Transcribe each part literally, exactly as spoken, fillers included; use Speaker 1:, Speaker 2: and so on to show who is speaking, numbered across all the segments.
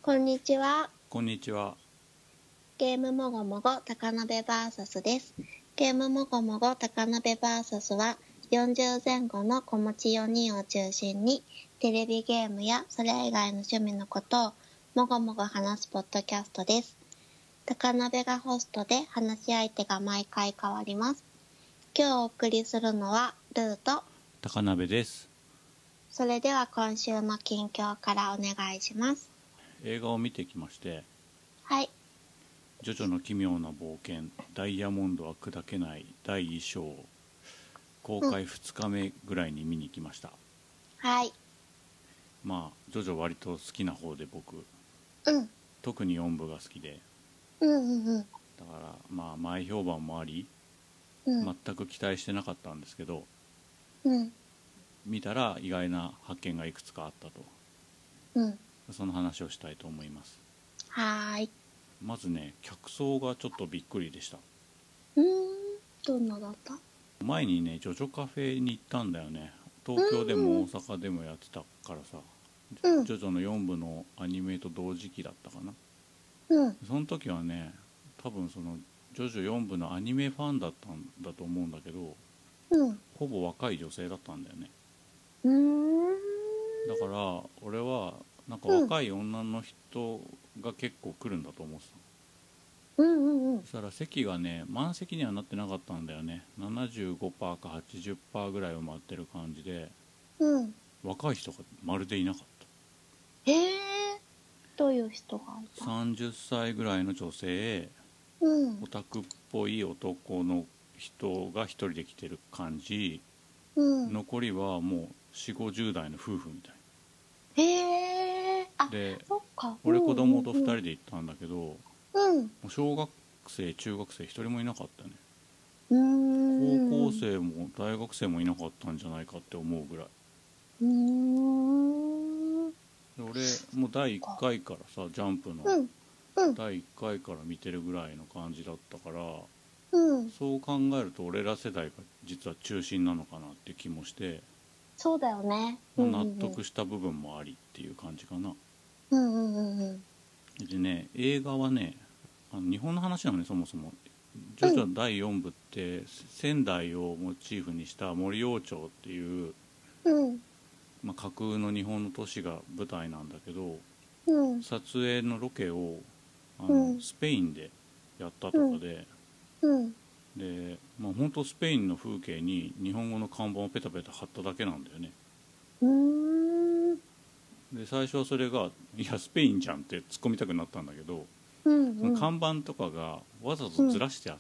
Speaker 1: こんにちは。
Speaker 2: こんにちは。
Speaker 1: ゲームもごもご高鍋バーサスです。ゲームもごもご高鍋バーサスはよんじゅうぜん後の子持ちよにんを中心にテレビゲームやそれ以外の趣味のことをもごもご話すポッドキャストです。高鍋がホストで話し相手が毎回変わります。今日お送りするのはルーと
Speaker 2: 高鍋です。
Speaker 1: それでは今週の近況からお願いします。
Speaker 2: 映画を見てきまして、
Speaker 1: はい。
Speaker 2: ジョジョの奇妙な冒険ダイヤモンドは砕けないだいいっ章公開ふつかめぐらいに見に行きました。
Speaker 1: はい。
Speaker 2: まあジョジョ割と好きな方で僕、
Speaker 1: うん。
Speaker 2: 特によん部が好きで、
Speaker 1: うんうんうん。
Speaker 2: だからまあ前評判もあり、
Speaker 1: うん、
Speaker 2: 全く期待してなかったんですけど、
Speaker 1: うん、
Speaker 2: 見たら意外な発見がいくつかあったと、
Speaker 1: うん。
Speaker 2: その話をしたいと思います。
Speaker 1: はーい。
Speaker 2: まずね、客層がちょっとびっくりでした。
Speaker 1: うーん、どんなだった？
Speaker 2: 前にねジョジョカフェに行ったんだよね。東京でも大阪でもやってたからさ、
Speaker 1: うん、
Speaker 2: ジョジョのよん部のアニメと同時期だったかな。
Speaker 1: うん、
Speaker 2: その時はね、多分そのジョジョよん部のアニメファンだったんだと思うんだけど、
Speaker 1: うん、
Speaker 2: ほぼ若い女性だったんだよね。
Speaker 1: うーん。
Speaker 2: だから俺はなんか若い女の人が結構来るんだと思ってた。
Speaker 1: うんうんうん。
Speaker 2: そしたら席がね満席にはなってなかったんだよね。 ななじゅうごパーセント か はちじゅっパーセント ぐらい埋まってる感じで、
Speaker 1: うん。
Speaker 2: 若い人がまるでいなかっ
Speaker 1: へえ、どういう人がい
Speaker 2: た。
Speaker 1: た？
Speaker 2: さんじゅっさいぐらいの女性、
Speaker 1: うん、
Speaker 2: オタクっぽい男の人が一人で来てる感じ、
Speaker 1: うん。
Speaker 2: 残りはもうよんじゅうごじゅう代の夫婦みたい
Speaker 1: へえ、あ、
Speaker 2: で、
Speaker 1: そっか。
Speaker 2: 俺子供とふたり
Speaker 1: で。
Speaker 2: で行ったんだけど、
Speaker 1: うん。
Speaker 2: もう小学生中学生一人もいなかったね。
Speaker 1: うーん。
Speaker 2: 高校生も大学生もいなかったんじゃないかって思うぐらい。
Speaker 1: うーん。
Speaker 2: で俺もうだいいっかいからさ、ジャンプの
Speaker 1: うん、うん、
Speaker 2: だいいっかいから見てるぐらいの感じだったから、
Speaker 1: うん。
Speaker 2: そう考えると俺ら世代が実は中心なのかなって気もして、
Speaker 1: そうだよね。
Speaker 2: まあ、納得した部分もありっていう感じかな。
Speaker 1: うんうんうんうん。
Speaker 2: でね、映画はね、あの日本の話なのね。そもそもジョジョだいよん部って仙台をモチーフにした森王町っていう、
Speaker 1: うん、
Speaker 2: まあ、架空の日本の都市が舞台なんだけど、
Speaker 1: うん、
Speaker 2: 撮影のロケをあの、
Speaker 1: うん、
Speaker 2: スペインでやったとかで、
Speaker 1: うん。
Speaker 2: で、まあ、本当スペインの風景に日本語の看板をペタペタ貼っただけなんだよね。
Speaker 1: うーん。
Speaker 2: で最初はそれがいやスペインじゃんって突っ込みたくなったんだけど、
Speaker 1: うんうん、
Speaker 2: その看板とかがわざとずらしてあって、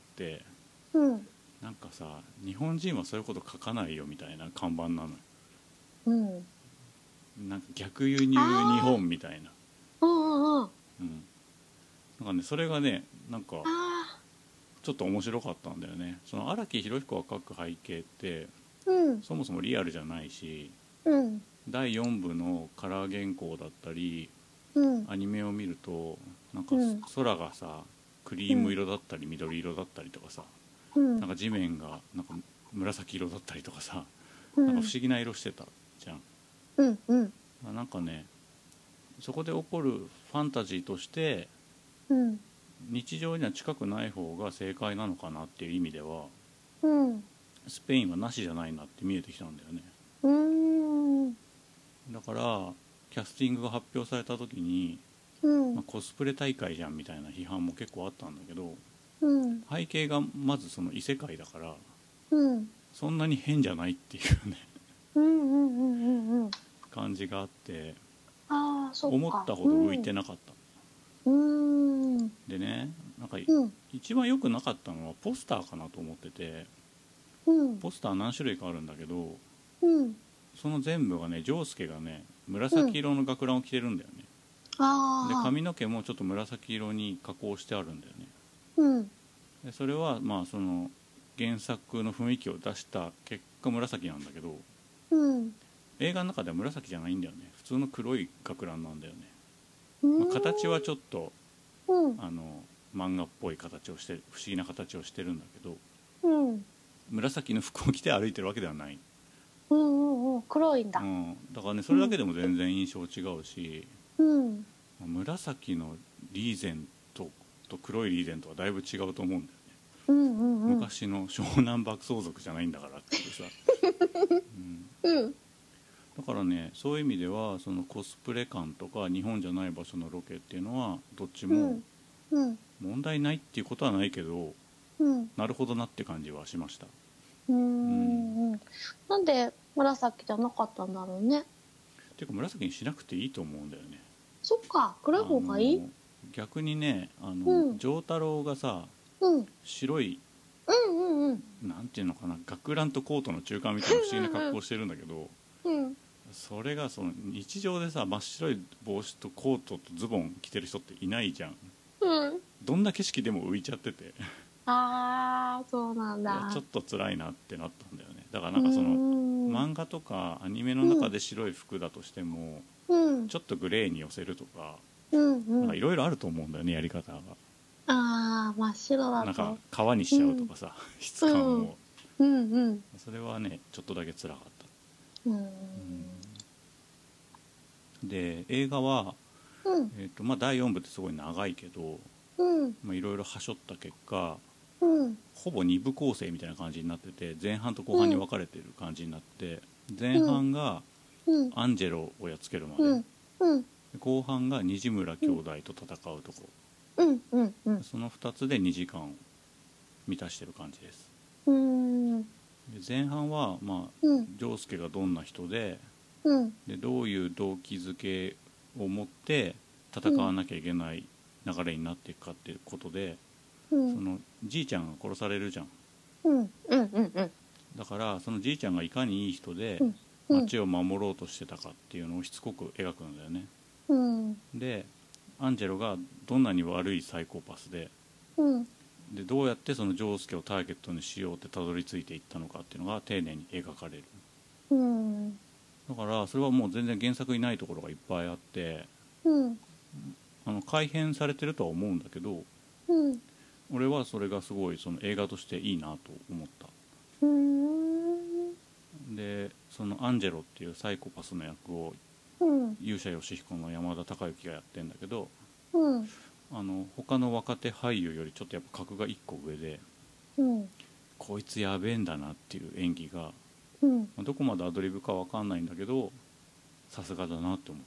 Speaker 1: うん、
Speaker 2: なんかさ、日本人はそういうこと書かないよみたいな看板なのよ。
Speaker 1: うん。
Speaker 2: なんか逆輸入日本みたいな。
Speaker 1: うんうんうん。
Speaker 2: うん。なんかね、それがね、なんか
Speaker 1: あ
Speaker 2: ちょっと面白かったんだよね。その荒木博彦が書く背景って
Speaker 1: ー、うん、
Speaker 2: そもそもリアルじゃないし、
Speaker 1: うん、
Speaker 2: だいよん部のカラー原稿だったり
Speaker 1: うん、
Speaker 2: アニメを見ると、なんか
Speaker 1: うん、
Speaker 2: 空がさクリーム色だったり緑色だったりとかさ、
Speaker 1: うん、
Speaker 2: なんか地面がなんか紫色だったりとかさ、
Speaker 1: うん、
Speaker 2: なんか不思議な色してたじゃん。
Speaker 1: うん、うん、
Speaker 2: なんかね、そこで起こるファンタジーとして
Speaker 1: うん、
Speaker 2: 日常には近くない方が正解なのかなっていう意味では、
Speaker 1: うん、
Speaker 2: スペインはなしじゃないなって見えてきたんだよね。
Speaker 1: うん、
Speaker 2: だからキャスティングが発表された時に、
Speaker 1: うん、
Speaker 2: まあ、コスプレ大会じゃんみたいな批判も結構あったんだけど、
Speaker 1: うん、
Speaker 2: 背景がまずその異世界だから
Speaker 1: うん、
Speaker 2: そんなに変じゃないっていうね
Speaker 1: うん、うん、うん、
Speaker 2: 感じがあって、
Speaker 1: ああ、そっか。
Speaker 2: 思ったほど浮いてなかった。
Speaker 1: うん、
Speaker 2: でね、なんか
Speaker 1: うん、
Speaker 2: 一番良くなかったのはポスターかなと思ってて、
Speaker 1: うん、
Speaker 2: ポスター何種類かあるんだけど、
Speaker 1: うん、
Speaker 2: その全部がね、ジョウスケがね紫色の学ランを着てるんだよね。で
Speaker 1: ああ、
Speaker 2: 髪の毛もちょっと紫色に加工してあるんだよね。
Speaker 1: うん、
Speaker 2: でそれはまあその原作の雰囲気を出した結果紫なんだけど、
Speaker 1: うん、
Speaker 2: 映画の中では紫じゃないんだよね。普通の黒い学ランなんだよね。
Speaker 1: う
Speaker 2: まあ、
Speaker 1: ん、
Speaker 2: 形はちょっと
Speaker 1: うん、
Speaker 2: あの漫画っぽい形をして、不思議な形をしてるんだけど、
Speaker 1: うん、
Speaker 2: 紫の服を着て歩いてるわけではない。
Speaker 1: うん、うん、黒いんだ。
Speaker 2: うん、だからねそれだけでも全然印象違うし、
Speaker 1: うん、
Speaker 2: 紫のリーゼントと黒いリーゼントはだいぶ違うと思うんだよね、
Speaker 1: うんうんうん、
Speaker 2: 昔の湘南爆走族じゃないんだからっていうさ、うん
Speaker 1: うん
Speaker 2: だからね、そういう意味ではそのコスプレ感とか日本じゃない場所のロケっていうのはどっちも
Speaker 1: うん
Speaker 2: 問題ないっていうことはないけど、
Speaker 1: うん
Speaker 2: なるほどなって感じはしました。
Speaker 1: うーん、なんで紫じゃなかったんだろうね。
Speaker 2: ていうか紫にしなくていいと思うんだよね。
Speaker 1: そっか、黒い方がいい。
Speaker 2: あの逆にね、あの、
Speaker 1: うん
Speaker 2: 丈太郎がさ
Speaker 1: うん
Speaker 2: 白い
Speaker 1: うんうんうん
Speaker 2: なんていうのかな、学ランとコートの中間みたいな不思議な格好してるんだけど
Speaker 1: うん
Speaker 2: それがその日常でさ真っ白い帽子とコートとズボン着てる人っていないじゃん。
Speaker 1: うん
Speaker 2: どんな景色でも浮いちゃってて
Speaker 1: あーそうなん
Speaker 2: いや
Speaker 1: だ。
Speaker 2: ちょっと辛いなってなったんだよね。だからなんかその漫画とかアニメの中で白い服だとしても、
Speaker 1: うん
Speaker 2: ちょっとグレーに寄せるとか
Speaker 1: うんうん
Speaker 2: いろいろあると思うんだよね、やり方が。
Speaker 1: あー真っ白だと
Speaker 2: なんか革にしちゃうとかさ、質感を、
Speaker 1: うんうん
Speaker 2: それはねちょっとだけ辛かった。
Speaker 1: うん
Speaker 2: うんで映画は、
Speaker 1: うん
Speaker 2: えーとまあ、だいよん部ってすごい長いけど
Speaker 1: うん
Speaker 2: まあいろいろはしょった結果
Speaker 1: うん
Speaker 2: ほぼに部構成みたいな感じになってて、前半と後半に分かれてる感じになって、前半が
Speaker 1: うん
Speaker 2: アンジェロをやっつけるまで、
Speaker 1: うんうん
Speaker 2: 後半が虹村兄弟と戦うとこ、
Speaker 1: うんうんうん
Speaker 2: そのふたつでにじかんを満たしてる感じです。
Speaker 1: うん
Speaker 2: で前半はまあ
Speaker 1: うん
Speaker 2: 丈介がどんな人で
Speaker 1: うん
Speaker 2: でどういう動機づけを持って戦わなきゃいけない流れになっていくかっていうことで、
Speaker 1: うん
Speaker 2: そのじいちゃんが殺されるじゃん。
Speaker 1: うんうんうんうん
Speaker 2: だからそのじいちゃんがいかにいい人で
Speaker 1: うん
Speaker 2: 町を守ろうとしてたかっていうのをしつこく描くんだよね。
Speaker 1: うん
Speaker 2: でアンジェロがどんなに悪いサイコパスで
Speaker 1: うん
Speaker 2: でどうやってその丈介をターゲットにしようってたどり着いていったのかっていうのが丁寧に描かれる。
Speaker 1: うん
Speaker 2: だからそれはもう全然原作にないところがいっぱいあって
Speaker 1: うん
Speaker 2: あの改編されてるとは思うんだけど、
Speaker 1: うん
Speaker 2: 俺はそれがすごいその映画としていいなと思った。
Speaker 1: うん
Speaker 2: でそのアンジェロっていうサイコパスの役を
Speaker 1: うん
Speaker 2: 勇者ヨシヒコの山田孝之がやってんだけど、
Speaker 1: うん
Speaker 2: あの他の若手俳優よりちょっとやっぱ格がいっこ上で
Speaker 1: うん
Speaker 2: こいつやべえんだなっていう演技が
Speaker 1: うん
Speaker 2: どこまでアドリブか分かんないんだけどさすがだなって思った。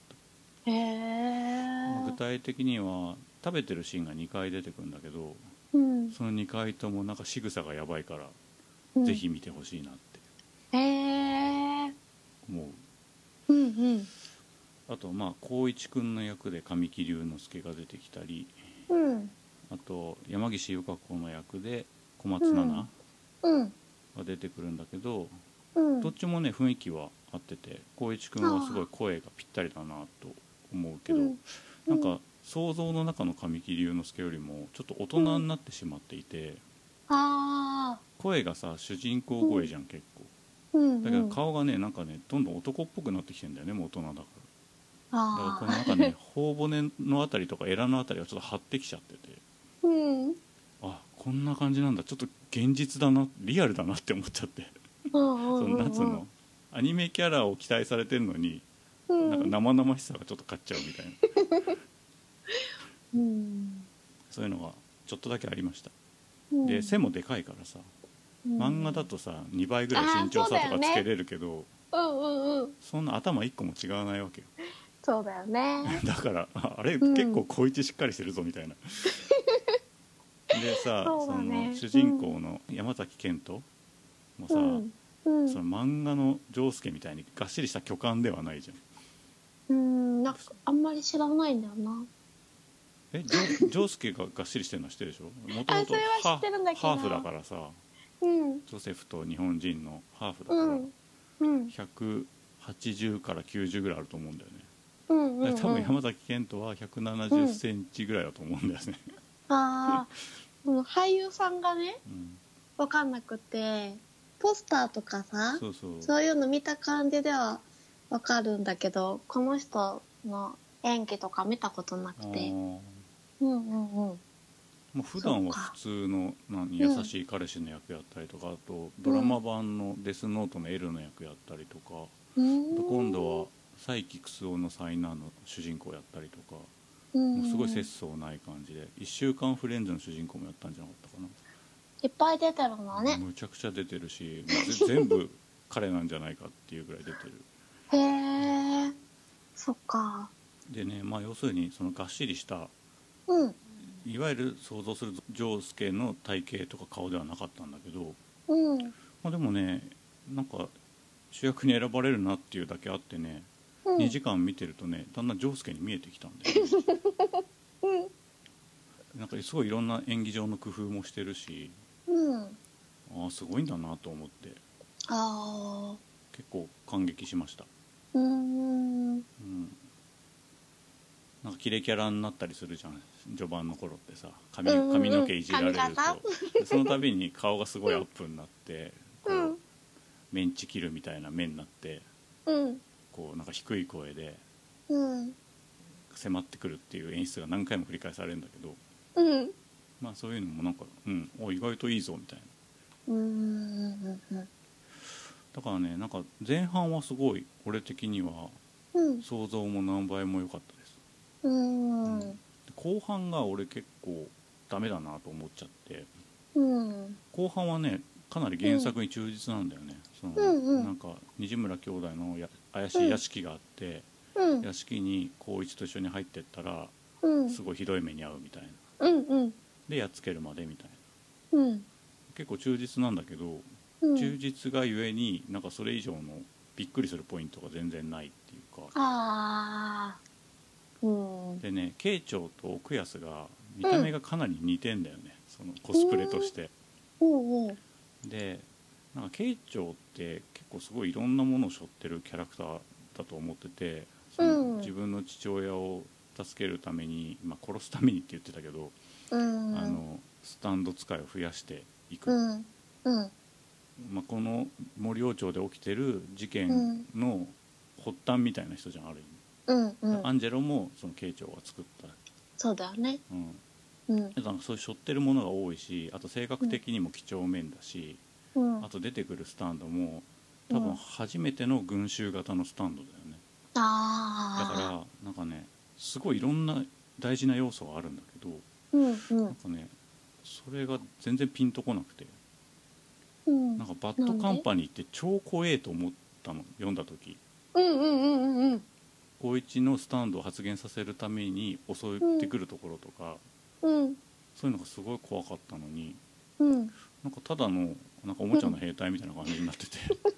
Speaker 1: へえ
Speaker 2: 具体的には食べてるシーンがにかい出てくるんだけど
Speaker 1: うん
Speaker 2: そのにかいともなんか仕草がやばいから、
Speaker 1: うん
Speaker 2: ぜひ見てほしいなって
Speaker 1: へえ
Speaker 2: 思う。
Speaker 1: うんうん
Speaker 2: あとまあ光一くんの役で神木隆之介が出てきたり、
Speaker 1: うん
Speaker 2: あと山岸由香子の役で小松菜奈
Speaker 1: うん
Speaker 2: が出てくるんだけど、
Speaker 1: うん
Speaker 2: どっちもね雰囲気は合ってて光一くんはすごい声がぴったりだなと思うけど、
Speaker 1: うん
Speaker 2: なんか想像の中の神木隆之介よりもちょっと大人になってしまっていて、
Speaker 1: ああ
Speaker 2: 声がさ主人公声じゃん結構。
Speaker 1: うん
Speaker 2: だけど顔がねなんかねどんどん男っぽくなってきてんだよね、もう大人だから。だから
Speaker 1: あ
Speaker 2: このなんかね頬骨のあたりとかエラのあたりがちょっと張ってきちゃってて、
Speaker 1: あうん
Speaker 2: あこんな感じなんだ、ちょっと現実だなリアルだなって思っちゃって、
Speaker 1: うん
Speaker 2: そのなんつうのアニメキャラを期待されてるのに、なんか生々しさがちょっと勝っちゃうみたいな
Speaker 1: うん
Speaker 2: そういうのがちょっとだけありました。
Speaker 1: うん
Speaker 2: で背もでかいからさ、漫画だとさにばいぐらい身長差とかつけれるけど、
Speaker 1: うんうんうん
Speaker 2: そんな頭いっこも違わないわけよ。
Speaker 1: そうだよね
Speaker 2: だからああれ、
Speaker 1: うん
Speaker 2: 結構小一しっかりしてるぞみたいなでさ
Speaker 1: そ
Speaker 2: そ,、
Speaker 1: うだね
Speaker 2: の主人公の山崎賢人もさ、
Speaker 1: うんうん
Speaker 2: その漫画の丈介みたいにがっしりした巨漢ではないじゃん。
Speaker 1: うんなんかあんまり知らないんだよな。
Speaker 2: え丈丈介ががっしりしてるのは知ってるでしょ。もともと
Speaker 1: あそれは知ってるんだけど
Speaker 2: ハーフだからさ、
Speaker 1: うん
Speaker 2: ジョセフと日本人のハーフだから、
Speaker 1: うんうん
Speaker 2: ひゃくはちじゅうからきゅうじゅうぐらいあると思うんだよね。
Speaker 1: うんうんうん
Speaker 2: 多分山崎賢人はひゃくななじゅっセンチぐらいだと思うんだよね、
Speaker 1: ああ俳優さんがね
Speaker 2: うん、
Speaker 1: 分かんなくてポスターとかさ
Speaker 2: そうそう
Speaker 1: そういうの見た感じでは分かるんだけどこの人の演技とか見たことなくて
Speaker 2: あー
Speaker 1: うんうんうん
Speaker 2: まあ、普段は普通の何優しい彼氏の役やったりとか、あとドラマ版のデスノートの L の役やったりとか、
Speaker 1: うん
Speaker 2: 今度は佐伯楠夫の災難の主人公やったりとか、
Speaker 1: うん
Speaker 2: もうすごい節操ない感じで、いっしゅうかんフレンズの主人公もやったんじゃなかったかな。
Speaker 1: いっぱい出てるのね。
Speaker 2: むちゃくちゃ出てるし、もうぜ全部彼なんじゃないかっていうぐらい出てる。
Speaker 1: へえ、そっか。
Speaker 2: でね、まあ要するにそのがっしりした
Speaker 1: うん
Speaker 2: いわゆる想像する丈介の体型とか顔ではなかったんだけど、
Speaker 1: うん
Speaker 2: まあ、でもねなんか主役に選ばれるなっていうだけあってね、
Speaker 1: うん
Speaker 2: にじかん見てるとねだんだん丈介に見えてきたんだよねなんかすごいいろんな演技上の工夫もしてるし、
Speaker 1: うん
Speaker 2: ああすごいんだなと思って
Speaker 1: ああ
Speaker 2: 結構感激しました。
Speaker 1: うーん
Speaker 2: うんなんかキレキャラになったりするじゃん序盤の頃ってさ、髪、
Speaker 1: うんうんうん
Speaker 2: 髪の毛いじられる
Speaker 1: 髪型
Speaker 2: とでその度に顔がすごいアップになってこう、
Speaker 1: うん
Speaker 2: メンチ切るみたいな目になって
Speaker 1: うん
Speaker 2: こうなんか低い声で
Speaker 1: うん
Speaker 2: 迫ってくるっていう演出が何回も繰り返されるんだけど、
Speaker 1: うん
Speaker 2: まあそういうのもなんかうんお意外といいぞみたいな。
Speaker 1: うんうんうん
Speaker 2: だからねなんか前半はすごい俺的には
Speaker 1: うん
Speaker 2: 想像も何倍も良かったです。
Speaker 1: うん
Speaker 2: で後半が俺結構ダメだなと思っちゃって、
Speaker 1: うん
Speaker 2: 後半はねかなり原作に忠実なんだよね、その
Speaker 1: うんうん
Speaker 2: なんか西村兄弟のや怪しい屋敷があって、
Speaker 1: うん
Speaker 2: 屋敷に光一と一緒に入ってったら
Speaker 1: うん
Speaker 2: すごいひどい目に遭うみたいな、
Speaker 1: うんうん
Speaker 2: でやっつけるまでみたいな、
Speaker 1: うん
Speaker 2: 結構忠実なんだけど、
Speaker 1: うん
Speaker 2: 忠実がゆえになんかそれ以上のびっくりするポイントが全然ないっていうか。
Speaker 1: ああうん
Speaker 2: でね慶長と奥安が見た目がかなり似てんだよね、そのコスプレとして。
Speaker 1: うんうん
Speaker 2: でなんか慶長って結構すごいいろんなものを背負ってるキャラクターだと思ってて、その
Speaker 1: うん
Speaker 2: 自分の父親を助けるために、まあ、殺すためにって言ってたけど、
Speaker 1: うん
Speaker 2: あのスタンド使いを増やしていく、
Speaker 1: うんうん
Speaker 2: まあ、この森王朝で起きてる事件の発端みたいな人じゃんある意味、
Speaker 1: うんうん
Speaker 2: アンジェロもその慶長が作った、
Speaker 1: そうだよね
Speaker 2: うん、
Speaker 1: うん
Speaker 2: なんかそういう背負ってるものが多いし、あと性格的にも几帳面だし、
Speaker 1: うん
Speaker 2: あと出てくるスタンドも多分初めての群衆型のスタンドだよね、だ
Speaker 1: ああ
Speaker 2: からなんかねすごいいろんな大事な要素があるんだけど、
Speaker 1: うんうん
Speaker 2: なんかねそれが全然ピンとこなくて、
Speaker 1: うん
Speaker 2: なんかバッドカンパニーって超怖えと思ったの読んだ時。
Speaker 1: うんうんうんうんうん
Speaker 2: 光一のスタンドを発現させるために襲ってくるところとか、
Speaker 1: うん
Speaker 2: そういうのがすごい怖かったのに、
Speaker 1: うん
Speaker 2: なんかただのなんかおもちゃの兵隊みたいな感じになってて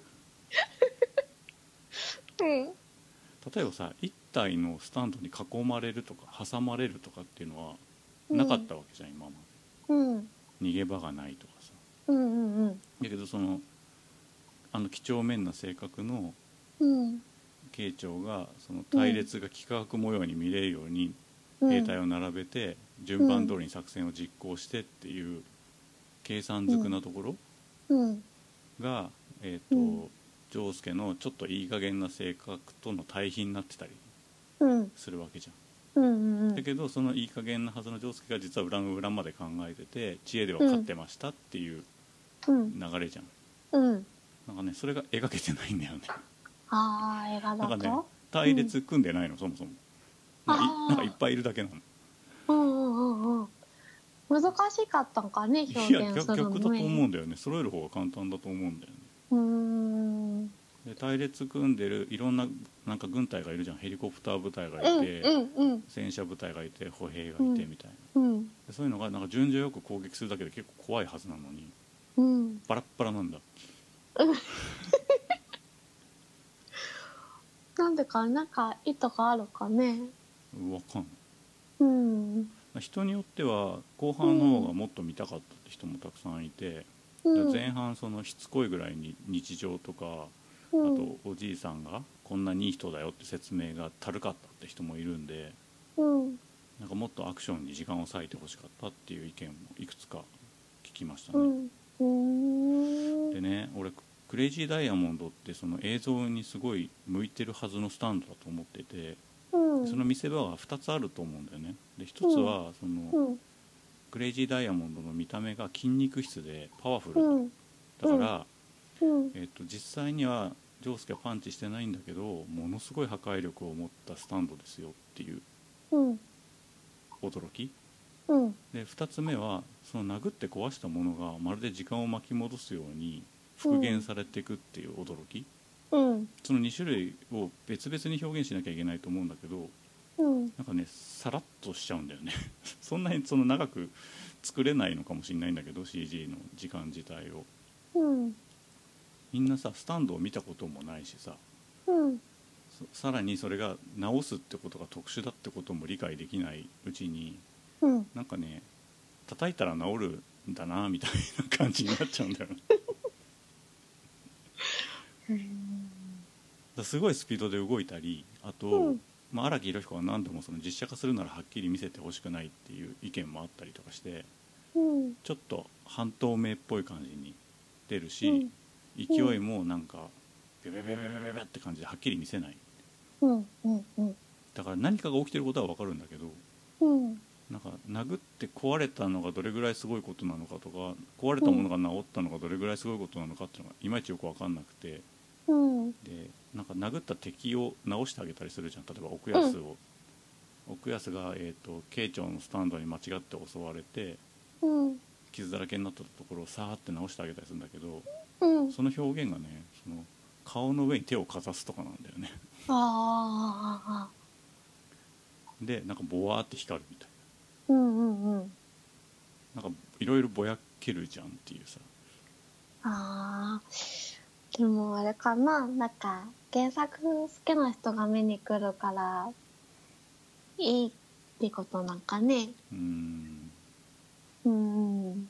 Speaker 1: うん
Speaker 2: 例えばさ一体のスタンドに囲まれるとか挟まれるとかっていうのはなかったわけじゃん、今ま
Speaker 1: うん
Speaker 2: で。逃げ場がないとかさ。
Speaker 1: うんうんうん
Speaker 2: だけどそのあの几帳面な性格の
Speaker 1: うん
Speaker 2: 慶長がその隊列が幾何学模様に見れるように兵隊を並べて順番通りに作戦を実行してっていう計算づくなところ
Speaker 1: うん
Speaker 2: が、え
Speaker 1: う
Speaker 2: ーと丈介のちょっといい加減な性格との対比になってたり
Speaker 1: うん
Speaker 2: するわけじゃん。
Speaker 1: うんうん
Speaker 2: だけどそのいい加減なはずの丈介が実は裏の裏まで考えてて知恵では勝ってましたっていう
Speaker 1: うん
Speaker 2: 流れじゃん。
Speaker 1: うん
Speaker 2: なんかねそれが描けてないんだよね。
Speaker 1: ああ映画だ
Speaker 2: なんかね
Speaker 1: と
Speaker 2: 隊列組んでないの、そもそもなんかい
Speaker 1: あー
Speaker 2: なんかいっぱいいるだけなの。
Speaker 1: うんうんうんうん難しかったんかね
Speaker 2: いや
Speaker 1: 表現
Speaker 2: 逆逆だと
Speaker 1: するのね
Speaker 2: 思うんだよね。揃える方が簡単だと思うんだよね。
Speaker 1: うーん
Speaker 2: で隊列組んでるいろんななんか軍隊がいるじゃん。ヘリコプター部隊が
Speaker 1: うん
Speaker 2: いて、
Speaker 1: うんうん
Speaker 2: 戦車部隊がいて歩兵がいてみたいな、
Speaker 1: うん
Speaker 2: でそういうのがなんか順序よく攻撃するだけで結構怖いはずなのに
Speaker 1: うん
Speaker 2: バラッバラなんだ。
Speaker 1: なんでかなんか意図があるかね
Speaker 2: わかんない。
Speaker 1: うん
Speaker 2: 人によっては後半の方がもっと見たかったって人もたくさんいて、
Speaker 1: うん
Speaker 2: 前半そのしつこいぐらいに日常とか、
Speaker 1: うん
Speaker 2: あとおじいさんがこんなにいい人だよって説明がたるかったって人もいるんで、
Speaker 1: うん
Speaker 2: なんかもっとアクションに時間を割いてほしかったっていう意見もいくつか聞きましたね。
Speaker 1: うんうん
Speaker 2: でね俺クレイジーダイヤモンドってその映像にすごい向いてるはずのスタンドだと思ってて、
Speaker 1: うん
Speaker 2: その見せ場がふたつあると思うんだよね。でひとつはその、
Speaker 1: うん
Speaker 2: クレイジーダイヤモンドの見た目が筋肉質でパワフル、
Speaker 1: うん
Speaker 2: だから、
Speaker 1: うん
Speaker 2: えー、と実際には丈介はパンチしてないんだけどものすごい破壊力を持ったスタンドですよっていう
Speaker 1: うん
Speaker 2: 驚き
Speaker 1: うん
Speaker 2: で、ふたつめはその殴って壊したものがまるで時間を巻き戻すように復元されていくっていう驚き、
Speaker 1: うん
Speaker 2: そのに種類を別々に表現しなきゃいけないと思うんだけど、
Speaker 1: うん
Speaker 2: なんかねさらっとしちゃうんだよねそんなにその長く作れないのかもしれないんだけど シージー の時間自体を。
Speaker 1: うん
Speaker 2: みんなさスタンドを見たこともないしさ、
Speaker 1: うん
Speaker 2: さらにそれが直すってことが特殊だってことも理解できないうちに、
Speaker 1: うん
Speaker 2: なんかね叩いたら治るんだなみたいな感じになっちゃうんだよねだすごいスピードで動いたり、あと、
Speaker 1: うん
Speaker 2: まあ、荒木宏彦は何度もその実写化するならはっきり見せてほしくないっていう意見もあったりとかして、
Speaker 1: うん
Speaker 2: ちょっと半透明っぽい感じに出るし、
Speaker 1: うん
Speaker 2: 勢いもなんかベベベベベベベって感じではっきり見せない。
Speaker 1: うんうんうん
Speaker 2: だから何かが起きてることは分かるんだけど、
Speaker 1: うん
Speaker 2: なんか殴って壊れたのがどれぐらいすごいことなのかとか、壊れたものが治ったのがどれぐらいすごいことなのかっていうのがいまいちよく分かんなくて、
Speaker 1: うん
Speaker 2: でなんか殴った敵を直してあげたりするじゃん。例えば奥安を、奥安が、えー、と慶長のスタンドに間違って襲われて
Speaker 1: うん
Speaker 2: 傷だらけになったところをさーって直してあげたりするんだけど、
Speaker 1: うん
Speaker 2: その表現がねその顔の上に手をかざすとかなんだよね
Speaker 1: ああ
Speaker 2: でなんかボワーって光るみたい
Speaker 1: うんうんうん
Speaker 2: な、なんかいろいろぼやけるじゃんっていうさ。
Speaker 1: あーでもあれかな、なんか原作好きな人が見に来るからいいってことなんかね。
Speaker 2: うーん
Speaker 1: うん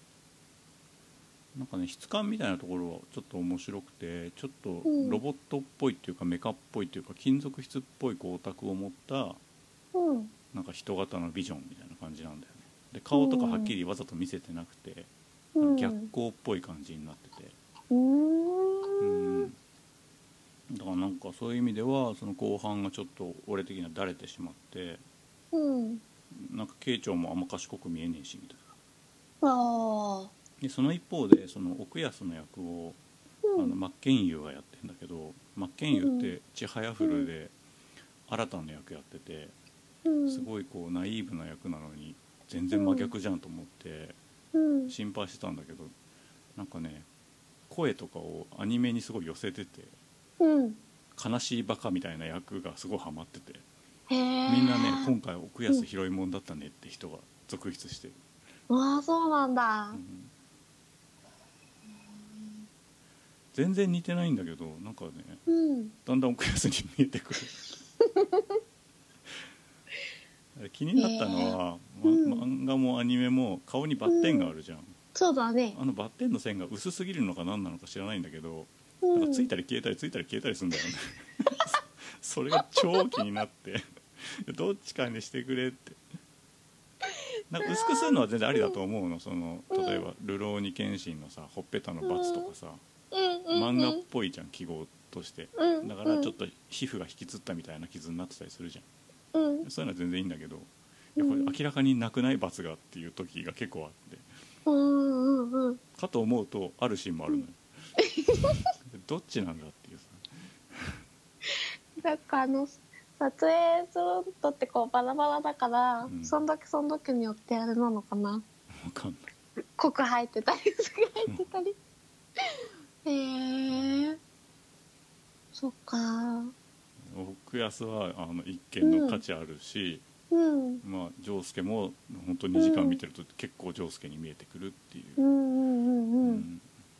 Speaker 2: なんかね質感みたいなところはちょっと面白くて、ちょっと
Speaker 1: うん
Speaker 2: ロボットっぽいっていうかメカっぽいっていうか金属質っぽい光沢を持った
Speaker 1: うん
Speaker 2: なんか人型のビジョンみたいな感じなんだよね。で顔とかはっきりわざと見せてなくて、
Speaker 1: うん
Speaker 2: 逆光っぽい感じになってて、
Speaker 1: うー
Speaker 2: うんんだからなんかそういう意味ではその後半がちょっと俺的にはだれてしまって、
Speaker 1: うん
Speaker 2: なんか慶長もあんま賢く見えねえしみたい
Speaker 1: あ
Speaker 2: な。
Speaker 1: あ
Speaker 2: でその一方でその奥安の役を
Speaker 1: うん
Speaker 2: あの真剣佑がやってんだけど、真剣佑ってちはやふるで新たな役やってて、
Speaker 1: うん
Speaker 2: すごいこうナイーブな役なのに全然真逆じゃんと思って
Speaker 1: うん
Speaker 2: 心配してたんだけど、なんかね声とかをアニメにすごい寄せてて、
Speaker 1: うん
Speaker 2: 悲しいバカみたいな役がすごいハマってて、
Speaker 1: へえ
Speaker 2: みんなね今回奥安広いもんだったねって人が続出してる、
Speaker 1: ああそうなんだ
Speaker 2: うん全然似てないんだけどなんかね
Speaker 1: うん
Speaker 2: だんだん奥安に見えてくる気になったのは、
Speaker 1: えー
Speaker 2: ま、漫画もアニメも顔にバッテンがあるじゃん、
Speaker 1: そうだね
Speaker 2: あのバッテンの線が薄すぎるのか何なのか知らないんだけど、
Speaker 1: うん
Speaker 2: なんかついたり消えたりついたり消えたりするんだよねそれが超気になってどっちかにしてくれって。なんか薄くするのは全然ありだと思うの。その例えば「流浪に剣心」のさほっぺたのバツとかさ、
Speaker 1: うん
Speaker 2: 漫画っぽいじゃん記号として。
Speaker 1: うん
Speaker 2: だからちょっと皮膚が引きつったみたいな傷になってたりするじゃん。
Speaker 1: うん
Speaker 2: そういうのは全然いいんだけど、いやこれ明らかになくないバツがっていう時が結構あって、
Speaker 1: うんうんうん
Speaker 2: かと思うとあるシーンもあるのよどっちなんだっていうさ。
Speaker 1: なんかあの撮影するのってこうバラバラだから、
Speaker 2: うん
Speaker 1: そんだけそん時によってあれなのかな、
Speaker 2: わかんない
Speaker 1: 濃く入ってたり薄く入ってたりへえそっか
Speaker 2: 奥安はあの一見の価値あるし、
Speaker 1: うん
Speaker 2: まあ丈介も本当ににじかん見てると結構丈介に見えてくるっていう、
Speaker 1: うんうんうんうん
Speaker 2: うん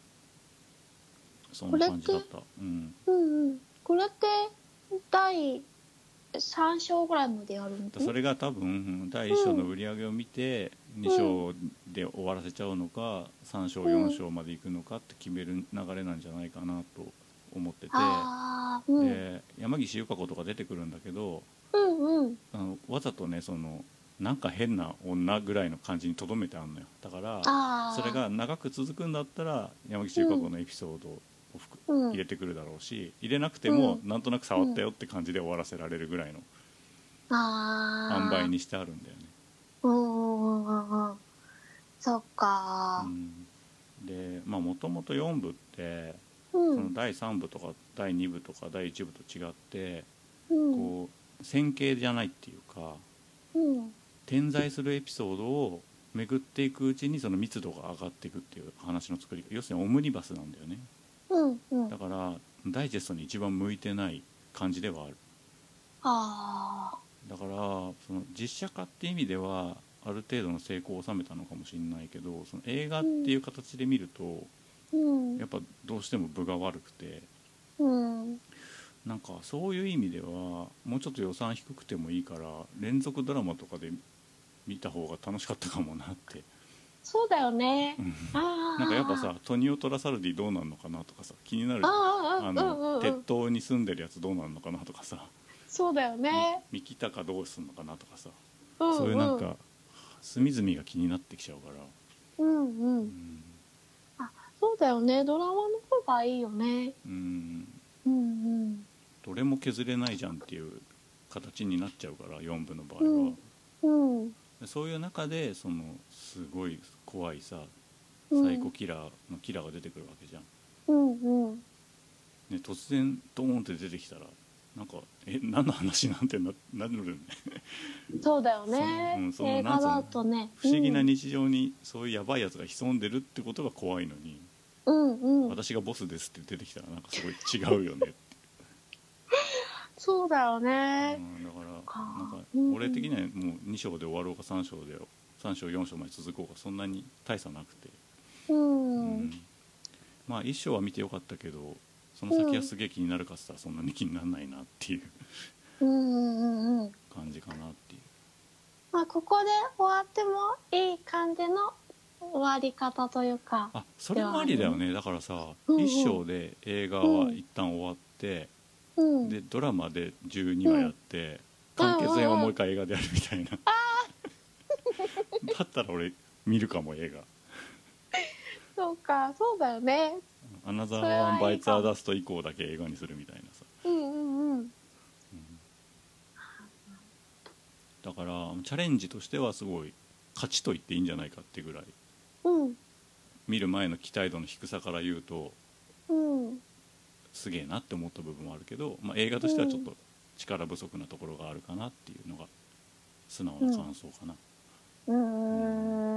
Speaker 2: そんな感じだった。うん
Speaker 1: うんうんこれってだいさん章ぐらいまでやるの？
Speaker 2: それが多分だいいっ章の売り上げを見てに章で終わらせちゃうのかさん章よん章まで行くのかって決める流れなんじゃないかなと思ってて、
Speaker 1: あーうん
Speaker 2: で山岸由香子とか出てくるんだけど、
Speaker 1: うんうん
Speaker 2: あのわざとねそのなんか変な女ぐらいの感じにとどめてあんのよ。だから
Speaker 1: あー
Speaker 2: それが長く続くんだったら山岸由香子のエピソードを含
Speaker 1: うん
Speaker 2: 入れてくるだろうし、入れなくてもなんとなく触ったよって感じで終わらせられるぐらいの
Speaker 1: あー
Speaker 2: 塩梅にしてあるんだよね。
Speaker 1: うんうんうんうんそっか
Speaker 2: うんでまあもともとよん部って
Speaker 1: うん
Speaker 2: そのだいさん部とかだいに部とかだいいち部と違って
Speaker 1: うん
Speaker 2: こう線形じゃないっていうか、
Speaker 1: うん
Speaker 2: 点在するエピソードを巡っていくうちにその密度が上がっていくっていう話の作り、要するにオムニバスなんだよね。
Speaker 1: うんうん。
Speaker 2: だからダイジェストに一番向いてない感じではある。
Speaker 1: あ
Speaker 2: だからその実写化って意味ではある程度の成功を収めたのかもしれないけど、その映画っていう形で見ると、
Speaker 1: うん、
Speaker 2: やっぱどうしても分が悪くて、
Speaker 1: うん、
Speaker 2: なんかそういう意味ではもうちょっと予算低くてもいいから連続ドラマとかで見た方が楽しかったかもなって。
Speaker 1: そうだよね。
Speaker 2: あなんかやっぱさ、トニオ・トラサルディどうなんのかなとかさ気になるじゃん。
Speaker 1: あ
Speaker 2: あの、
Speaker 1: うんうん、
Speaker 2: 鉄塔に住んでるやつどうなんのかなとかさ、
Speaker 1: そうだよね。
Speaker 2: 三木高どうすんのかなとかさ、
Speaker 1: うんうん、
Speaker 2: そういうなんか隅々が気になってきちゃうから、
Speaker 1: うんうん、うん、あ、そうだよね。ドラマの方がいいよね。
Speaker 2: うん、
Speaker 1: うんうん、
Speaker 2: どれも削れないじゃんっていう形になっちゃうからよんぶの場合は、
Speaker 1: うんうん、
Speaker 2: そういう中でそのすごい怖いさサイコキラーのキラーが出てくるわけじゃん、
Speaker 1: うんうん、
Speaker 2: ね、突然ドーンって出てきたらなんかえ何の話なんて な, なるね
Speaker 1: そうだよね、うん、その映画だとね
Speaker 2: 不思議な日常にそういうやばいやつが潜んでるってことが怖いのに、
Speaker 1: うんうん、
Speaker 2: 私がボスですって出てきたらなんかすごい違うよねって
Speaker 1: そうだよね、
Speaker 2: うん、だからなんか俺的にはもうに章で終わろうかさん章でさん章よん章まで続こうかそんなに大差なくて、
Speaker 1: うん、
Speaker 2: うん、まあいっ章は見てよかったけどその先はすげえ気になるかっつったらそんなに気にならないなっていう感じかなっていう、
Speaker 1: まあ、ここで終わってもいい感じの終わり方というか、
Speaker 2: あそれもありだよね。だからさ、
Speaker 1: うんうん、
Speaker 2: いっ章で映画は一旦終わって、うん、でドラマでじゅうにわやって、うん、完結編はもう一回映画でやるみたいな、うん、だったら俺見るかも映画
Speaker 1: そうか、そうだよね。
Speaker 2: アナザーワンバイツアダスト以降だけ映画にするみたいなさ、
Speaker 1: うんうんうん、
Speaker 2: だからチャレンジとしてはすごい勝ちと言っていいんじゃないかっていうぐらい、
Speaker 1: うん、
Speaker 2: 見る前の期待度の低さから言うと、
Speaker 1: うん、す
Speaker 2: げえなって思った部分もあるけど、まあ、映画としてはちょっと力不足なところがあるかなっていうのが素直な感想かな。
Speaker 1: うん、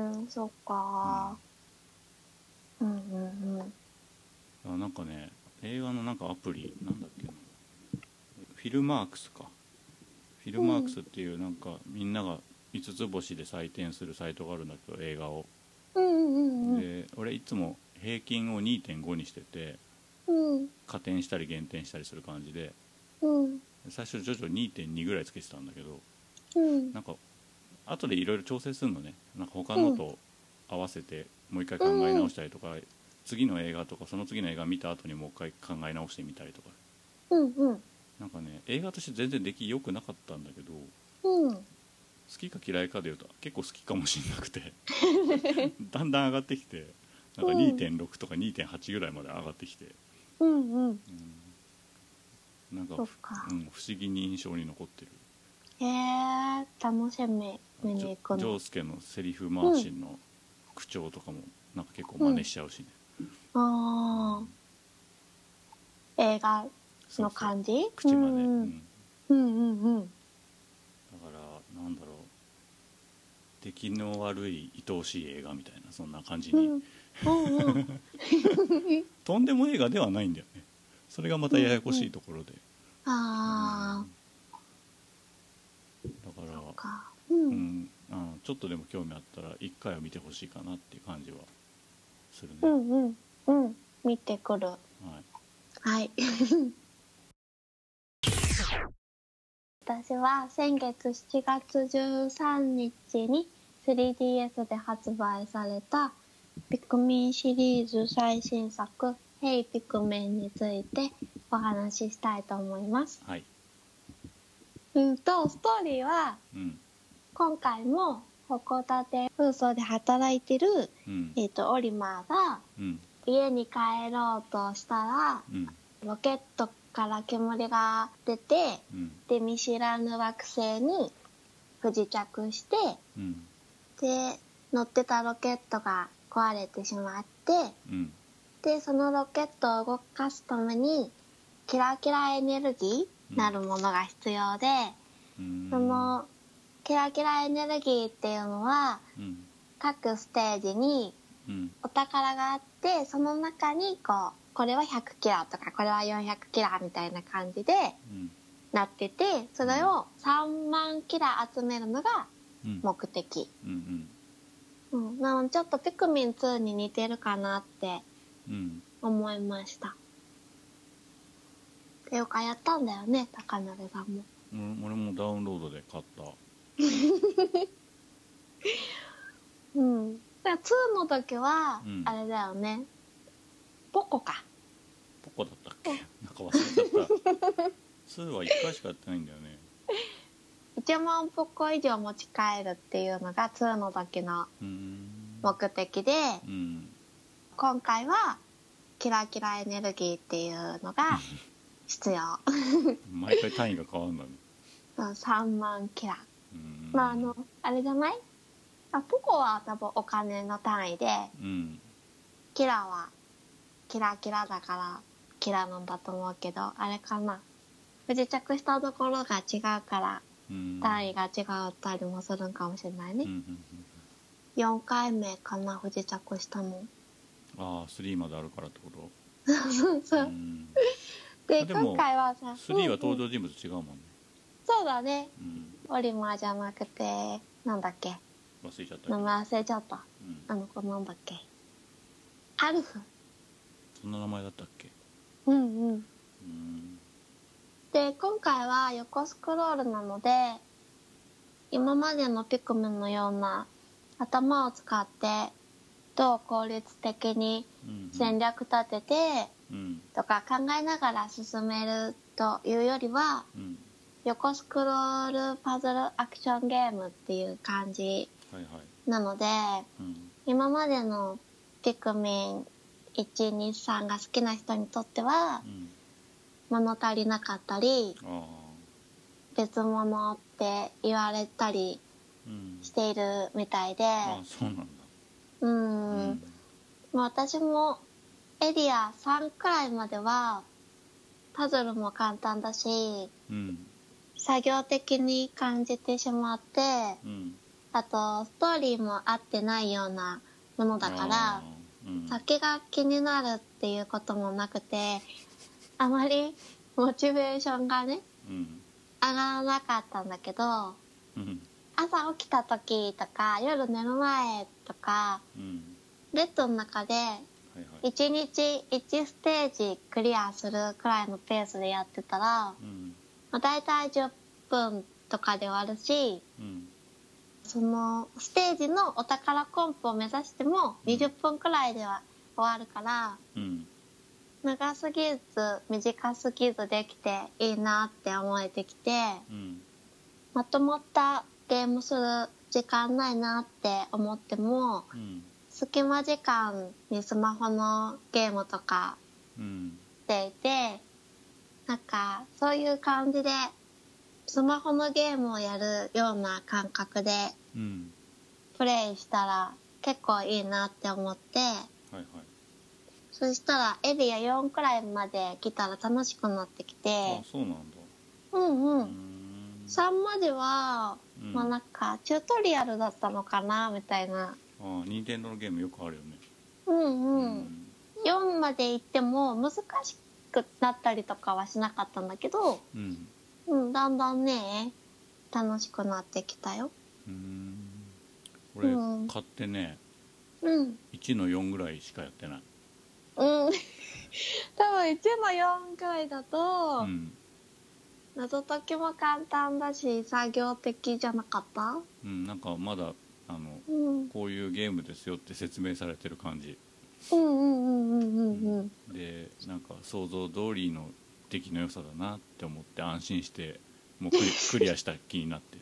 Speaker 1: うん、そっか、うんうんうん
Speaker 2: あなんかね映画のなんかアプリなんだっけな、フィルマークスか、フィルマークスっていうなんかみんながいつつ星で採点するサイトがあるんだけど映画を、
Speaker 1: うんうんうん、
Speaker 2: で俺いつも平均を にてんご にしてて、
Speaker 1: うん、
Speaker 2: 加点したり減点したりする感じで、
Speaker 1: うん、
Speaker 2: 最初徐々に にてんに ぐらいつけてたんだけど、
Speaker 1: うん、
Speaker 2: なんか後でいろいろ調整するのね、なんか他のと合わせてもう一回考え直したりとか、うん、次の映画とかその次の映画見た後にもう一回考え直してみたりとか、
Speaker 1: うんうん、
Speaker 2: なんかね映画として全然出来良くなかったんだけど、
Speaker 1: うん、
Speaker 2: 好きか嫌いかでいうと結構好きかもしれなくてだんだん上がってきてなんか にてんろく とか にてんはち ぐらいまで上がってきて、
Speaker 1: うんうん、
Speaker 2: なんか、うん、不思議に印象に残ってる。
Speaker 1: へえ、楽しみ見に行くの。
Speaker 2: 丈介のセリフ回しの口調とかもなんか結構真似しちゃうしね、
Speaker 1: うん、ああ、映画の感じ、
Speaker 2: そうそう口まで、うん、
Speaker 1: うんうんうん、
Speaker 2: だからなんだろう出来の悪い愛おしい映画みたいなそんな感じに、うんうんうん、とんでも映画ではないんだよね。それがまたややこしいところで、
Speaker 1: うんうん、ああ、
Speaker 2: だから
Speaker 1: か、うんうん、
Speaker 2: あのちょっとでも興味あったら一回は見てほしいかなっていう感じはするね。
Speaker 1: うんうんうん、見てくる。はい、はい私は先月しちがつじゅうさんにちに スリーディーエス で発売されたピクミンシリーズ最新作「ヘイピクメン」についてお話ししたいと思います。はい、うんとストーリーは、うん、今回も函館紛争で働いてる、うんえー、とオリマーが、うん、家に帰ろうとしたら、うん、ロケットから煙が出て、うん、で見知らぬ惑星に不時着して、うん、で乗ってたロケットが壊れてしまって、うん、でそのロケットを動かすためにキラキラエネルギーなるものが必要で、うん、そのキラキラエネルギーっていうのは、
Speaker 2: うん、
Speaker 1: 各ステージにお宝があって、その中にこうこれはひゃくキラとかこれはよんひゃくキラみたいな感じでなってて、それをさんまんキラ集めるのが目的、うんうんうん、なのでちょっとピクミンツーに似てるかなって思いました。っていうかやったんだよね、高鍋さんも。
Speaker 2: うん、俺もダウンロードで買った
Speaker 1: うん。だからツーの時は、うん、あれだよね。ポコか。
Speaker 2: ポコだったっけ？なんか忘れちゃった。ツーはいっかいしかやってないんだよね。
Speaker 1: いちまんポコ以上持ち帰るっていうのがツーの時の目的で、うん、今回はキラキラエネルギーっていうのが必要。
Speaker 2: 毎回単位が変わるんだね。
Speaker 1: さんまんキラ。まああのあれじゃない？あ、ポコは多分お金の単位で、うん、キラはキラキラだからキラなんだと思うけど、あれかな、不時着したところが違うから単位が違ったりもするんかもしれないね、うんうんうん、よんかいめかな、不時着したの。あ
Speaker 2: あ、スリーまであるからってこと？
Speaker 1: そうそう、うん、で今回はさ
Speaker 2: スリーは登場人物違うもんね、うんうん、
Speaker 1: そうだね、うん、オリマーじゃなくてなんだっけ、
Speaker 2: 忘れちゃった
Speaker 1: 名前忘れちゃった、うん、あの子なんだっけ、アルフ、
Speaker 2: そんな名前だったっけ。
Speaker 1: うんうん、うん、で今回は横スクロールなので、今までのピクミンのような頭を使ってどう効率的に戦略立ててとか考えながら進めるというよりは、うん、横スクロールパズルアクションゲームっていう感じなので、はいはい、うん、今までのピクミンいち、に、さんが好きな人にとっては、うん、物足りなかったり別物って言われたりしているみたいで、うん、
Speaker 2: あ、そうなんだ。
Speaker 1: うん、うん、まあ、私もエリアさんくらいまではパズルも簡単だし、うん、作業的に感じてしまって、うん、あとストーリーも合ってないようなものだから、うん、先が気になるっていうこともなくて、あまりモチベーションがね、うん、上がらなかったんだけど、うん、朝起きた時とか夜寝る前とか、うん、ベッドの中でいちにちいちステージクリアするくらいのペースでやってたら、うんまあ、大体じゅっぷんとかで終わるし、うん、そのステージのお宝コンプを目指してもにじゅっぷんくらいでは終わるから、うん、長すぎず短すぎずできていいなって思えてきて、うん、まとまったゲームする時間ないなって思っても、うん、隙間時間にスマホのゲームとかしていて、うん、なんかそういう感じでスマホのゲームをやるような感覚でプレイしたら結構いいなって思って、はいはい、そしたらエリアよんくらいまで来たら楽しくなってきて、
Speaker 2: あ、そうなんだ。
Speaker 1: うんうん。うーん、さんまでは、うん、まあなんかチュートリアルだったのかなみたいな。
Speaker 2: ああ、任天堂のゲームよくあるよね。
Speaker 1: うんうん。うん、よんまで行っても難しくなったりとかはしなかったんだけど、うん、うん、だんだんね楽しくなってきたよ。うーん、
Speaker 2: 俺、うん、買ってね、うん、いちのよんぐらいしかやってない。
Speaker 1: うん。多分いちのよんくらいだと、うん、謎解きも簡単だし作業的じゃなかった？
Speaker 2: うん、なんかまだあの、うん、こういうゲームですよって説明されてる感じ。うんうんうんうんうんうん。で、なんか想像通りの出来の良さだなって思って安心してもうクリ、クリアした気になってる。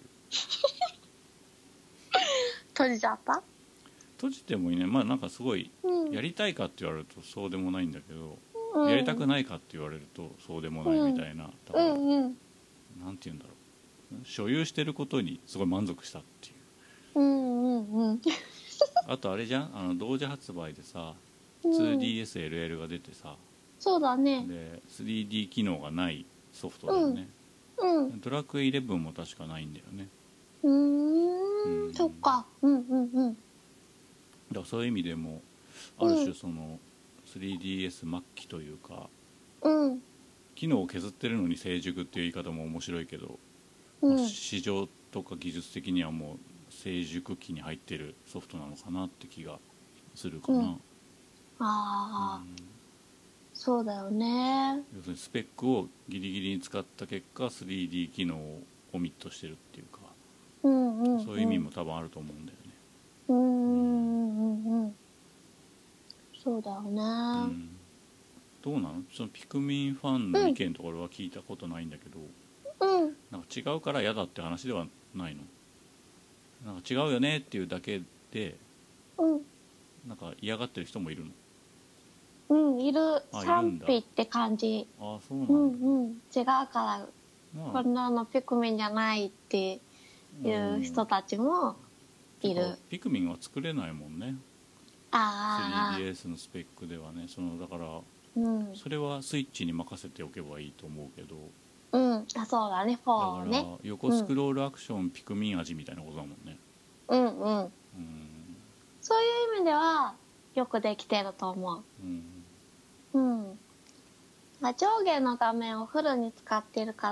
Speaker 1: 閉じちゃった？
Speaker 2: 閉じてもいいね。まあなんかすごい、うん、やりたいかって言われるとそうでもないんだけど、うん、やりたくないかって言われるとそうでもないみたいな、だから、うんうん、なんて言うんだろう、所有してることにすごい満足したっていう、うんうんうん、あとあれじゃん、あの同時発売でさ ツーディーエスエルエル が出てさ、
Speaker 1: そうだね、
Speaker 2: で スリーディー 機能がないソフトだよね、うんうん、ドラクエイレブンも確かないんだよね。
Speaker 1: うーん、そっか。うんうんうん。
Speaker 2: だからそういう意味でもある種その スリーディーエス 末期というか、
Speaker 1: うん。
Speaker 2: 機能を削ってるのに成熟っていう言い方も面白いけど、まあ、
Speaker 1: うん。
Speaker 2: 市場とか技術的にはもう成熟期に入ってるソフトなのかなって気がするかな、
Speaker 1: うん。
Speaker 2: うん、
Speaker 1: ああ、そうだよね。
Speaker 2: 要するにスペックをギリギリに使った結果 スリーディー 機能をオミットしてるっていうか、
Speaker 1: うんうんうん。
Speaker 2: そういう意味も多分あると思うんだよね。
Speaker 1: うんうんうんうん。そうだよね。
Speaker 2: うん、どうなのそのピクミンファンの意見とか俺は聞いたことないんだけど、
Speaker 1: うん。
Speaker 2: なんか違うから嫌だって話ではないの？なんか違うよねっていうだけで
Speaker 1: うん。
Speaker 2: なんか嫌がってる人もいるの？
Speaker 1: うん、いる。
Speaker 2: あ、いる
Speaker 1: 賛
Speaker 2: んだ。
Speaker 1: 否って感じ。
Speaker 2: あ、そうなん
Speaker 1: う
Speaker 2: だ。
Speaker 1: んうん。違うから、
Speaker 2: まあ、
Speaker 1: こんなのピクミンじゃないっていう人たちもい
Speaker 2: てか
Speaker 1: る。
Speaker 2: ピクミンは作れないもんね。
Speaker 1: ああ。
Speaker 2: スリーディーエス のスペックではね。そのだから
Speaker 1: うん。
Speaker 2: それはスイッチに任せておけばいいと思うけど、
Speaker 1: うん。あ、そうだね、フ
Speaker 2: だから
Speaker 1: ォーね。
Speaker 2: 横スクロールアクションピクミン味みたいなことだもんね。
Speaker 1: うんうん。
Speaker 2: うん、
Speaker 1: そういう意味では、よくできてると思
Speaker 2: うん、
Speaker 1: う。うん。上下の画面をフルに使ってるから、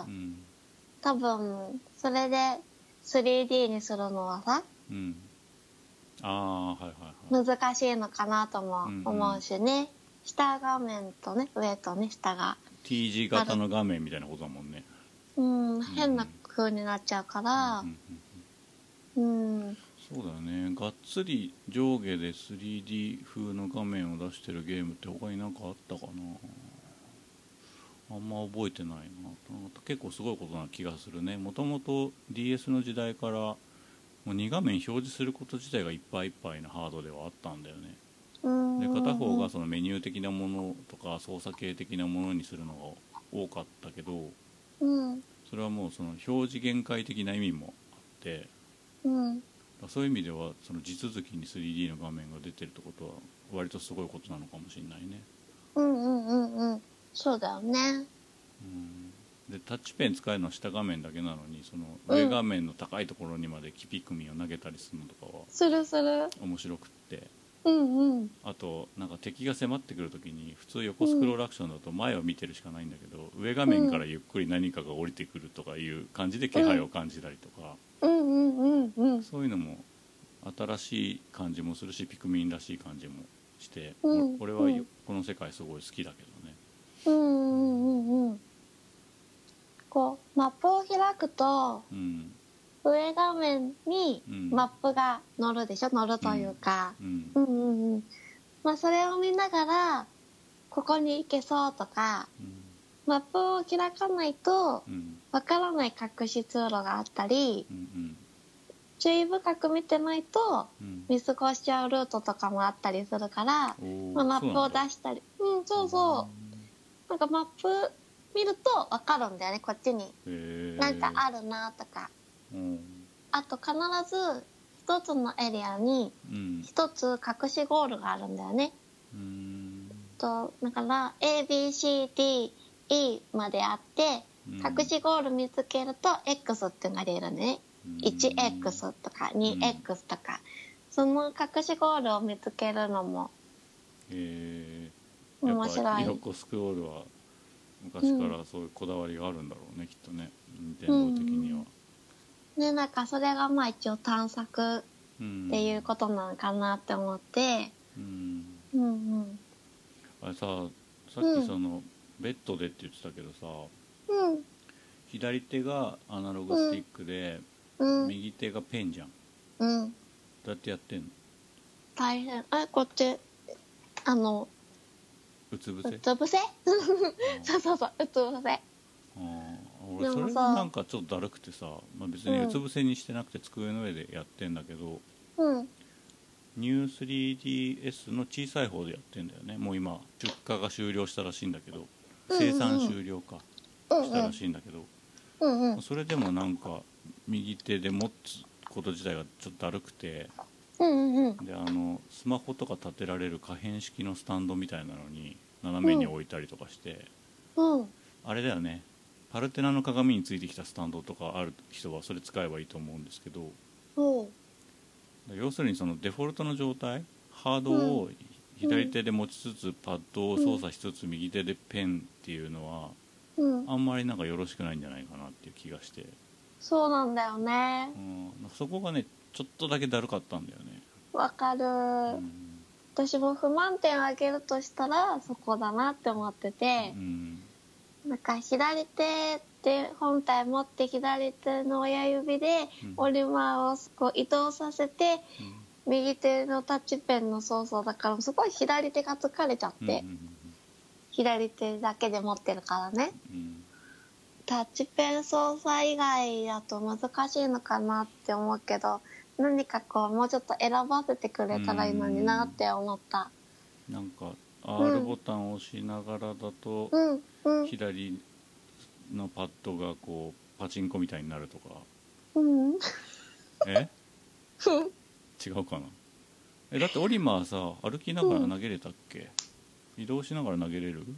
Speaker 2: うん、
Speaker 1: 多分、それで スリーディー にするのはさ、
Speaker 2: うん。ああ、はいはいはい。
Speaker 1: 難しいのかなとも思うしね。うんうん、下画面とね、上とね、下が。
Speaker 2: T 字型の画面みたいなことだもんね。
Speaker 1: うん、変な風になっちゃうから、うん、うん、
Speaker 2: そうだよね。がっつり上下で スリーディー 風の画面を出してるゲームって他になんかあったかな。あんま覚えてないな。結構すごいことな気がするね。もともと ディーエス の時代からもうに画面表示すること自体がいっぱいいっぱいなハードではあったんだよね。で片方がそのメニュー的なものとか操作系的なものにするのが多かったけど、
Speaker 1: うん、
Speaker 2: それはもうその表示限界的な意味もあって、
Speaker 1: うん、
Speaker 2: そういう意味ではその地続きに スリーディー の画面が出てるってことは割とすごいことなのかもしれないね。
Speaker 1: うんうんうんうん、そうだよね。
Speaker 2: うんでタッチペン使えるのは下画面だけなのにその上画面の高いところにまでキピクミンを投げたりするのとかは
Speaker 1: するする
Speaker 2: 面白くって、
Speaker 1: うんうん、
Speaker 2: あとなんか敵が迫ってくる時に普通横スクロールアクションだと前を見てるしかないんだけど、上画面からゆっくり何かが降りてくるとかいう感じで気配を感じたりとか、
Speaker 1: うんうんうんうん、
Speaker 2: そういうのも新しい感じもするしピクミンらしい感じもして、
Speaker 1: うん、
Speaker 2: 俺はこの世界すごい好きだけどね。
Speaker 1: うんうんうんうん。こうマップを開くと、うん、上画面にマップが載るでしょ、載るというか、うんうんうんうん、まあそれを見ながらここに行けそうとか、うん、マップを開かないとわからない隠し通路があったり、うんうん、注意深く見てないと見過ごしちゃうルートとかもあったりするから、うん、まあ、マップを出したり、うん、そうそう、なんかマップ見るとわかるんだよね、こっちになんかあるなとか、うん、あと必ず一つのエリアに一つ隠しゴールがあるんだよね、うん、とだから エービーシーディーイー まであって、うん、隠しゴール見つけると X っていうのが出るね、うん、いちエックス とか にエックス とか、うん、その隠しゴールを見つけるのも面白い。
Speaker 2: 横スクロールは昔からそういうこだわりがあるんだろうね、きっとね、任天堂的には、
Speaker 1: うん、ね、なんかそれがまあ一応探索っていうことなのかなって思って、うん、うんうん
Speaker 2: あれさ、さっきその、うん、ベッドでって言ってたけどさ、うん、左手がアナログスティックで、うん、右手がペンじゃん、うん、どうやってやってんの？
Speaker 1: 大変。あ、こっちあの
Speaker 2: うつ伏せ？
Speaker 1: うつ伏せそうそうそう、うつ伏せ。あ
Speaker 2: 俺それがなんかちょっとだるくてさ、まあ、別にうつ伏せにしてなくて机の上でやってんだけど、うん、ニュー スリーディーエス の小さい方でやってんだよね。もう今出荷が終了したらしいんだけど、生産終了か、うんうん、したらしいんだけど、うんうん、それでもなんか右手で持つこと自体がちょっとだるくて、うんうん、であのスマホとか立てられる可変式のスタンドみたいなのに斜めに置いたりとかして、うん、あれだよね、 パルテナの鏡についてきたスタンドとかある人はそれ使えばいいと思うんですけど、
Speaker 1: おう
Speaker 2: 要するにそのデフォルトの状態、ハードを左手で持ちつつパッドを操作しつつ右手でペンっていうのは
Speaker 1: うん、
Speaker 2: あんまりなんかよろしくないんじゃないかなっていう気がして、
Speaker 1: そうなんだよね。
Speaker 2: うん、そこがねちょっとだけだるかったんだよね。
Speaker 1: わかる、
Speaker 2: うん、
Speaker 1: 私も不満点を挙げるとしたらそこだなって思ってて、
Speaker 2: うん、
Speaker 1: なんか左手で本体持って左手の親指でオリマーをこう移動させて、うん、右手のタッチペンの操作だからすごい左手が疲れちゃって、うんうんうん、左手だけで持ってるからね、うん、タッチペン操作以外だと難しいのかなって思うけど、何かこうもうちょっと選ばせてくれたらいいのになって思った。
Speaker 2: なんか R ボタンを押しながらだと、
Speaker 1: うんうん、
Speaker 2: 左のパッドがこうパチンコみたいになるとか、
Speaker 1: うん、
Speaker 2: え違うかな。えだってオリマーさ歩きながら投げれたっけ、うん、移動しながら投げれる。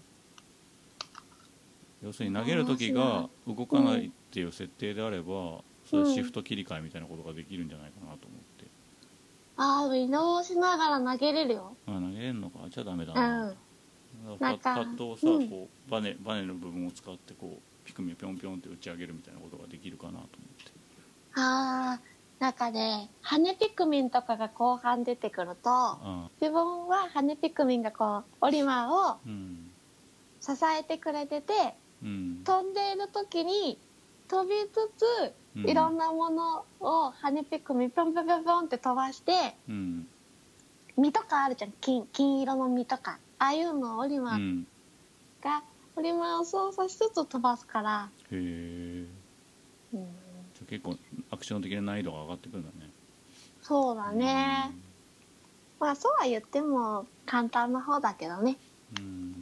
Speaker 2: 要するに投げる時が動かないっていう設定であれば、それシフト切り替えみたいなことができるんじゃないかなと思って。
Speaker 1: ああ、移動しながら投げれるよ。
Speaker 2: あ、投げれるのか。じゃあダメだな、うん、パ, パッドをさ、うん、こうバネバネの部分を使ってこうピクミンをピョンピョンって打ち上げるみたいなことができるかなと思って。
Speaker 1: ああ、なんかね、羽ピクミンとかが後半出てくると、あ自分は羽ピクミンがこうオリマーを支えてくれてて、うん、飛んでいる時に飛びつつ、うん、いろんなものを羽ピクミンピョンピョンピョンピョンって飛ばして、うん、実とかあるじゃん、 金, 金色の実とか、ああいうのをオリマーが、うん、オリマーを操作しつつ飛ばすから。
Speaker 2: へえ、うん、じゃあ結構アクション的な難易度が上がってくるんだね。
Speaker 1: そうだね、うん、まあそうは言っても簡単な方だけどね。うん、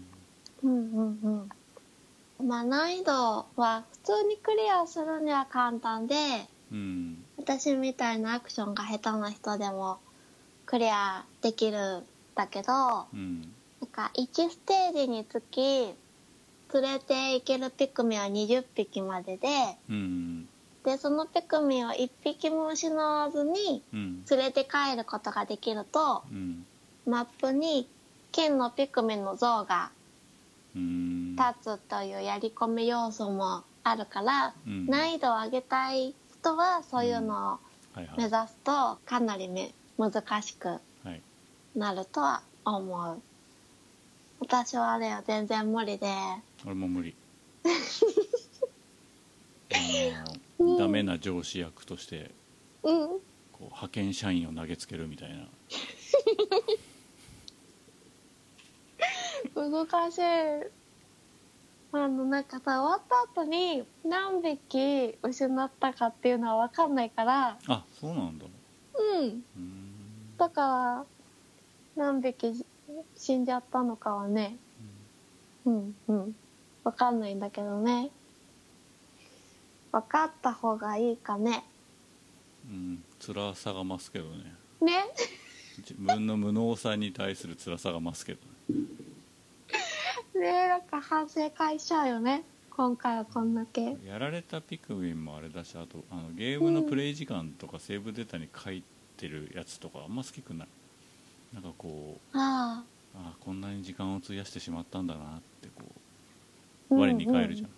Speaker 1: うんうんうんまあ難易度は普通にクリアするには簡単で、うん、私みたいなアクションが下手な人でもクリアできるんだけど、うん、なんかいちステージにつき連れていけるピクミンはにじゅっぴきまでで、うん、でそのピクミンをいっぴきも失わずに連れて帰ることができると、うん、マップに金のピクミンの像が立つというやり込み要素もあるから、うん、難易度を上げたい人はそういうのを目指すとかなりめ難しくなるとは思う、はい、私はあれは全然無理で。
Speaker 2: 俺も無理あの、うん、ダメな上司役として、うん、こう派遣社員を投げつけるみたいな
Speaker 1: 難しい。あのなんかさ、終わった後に何匹失ったかっていうのは分かんないから。
Speaker 2: あ、そうなんだ。
Speaker 1: うん。うんだから何匹死んじゃったのかはね、うんうん分かんないんだけどね。分かった方がいいかね。
Speaker 2: うん、辛さが増すけどね。
Speaker 1: ね。
Speaker 2: 自分の無能さに対する辛さが増すけどね。
Speaker 1: ねえ、なんか反省会しちゃうよね。今回はこんだけ
Speaker 2: やられたピクミンもあれだし、あとあのゲームのプレイ時間とかセーブデータに書いてるやつとかあんま好きくない。なんかこう、ああこんなに時間を費やしてしまったんだなってこう我に返るじゃん、うんうん、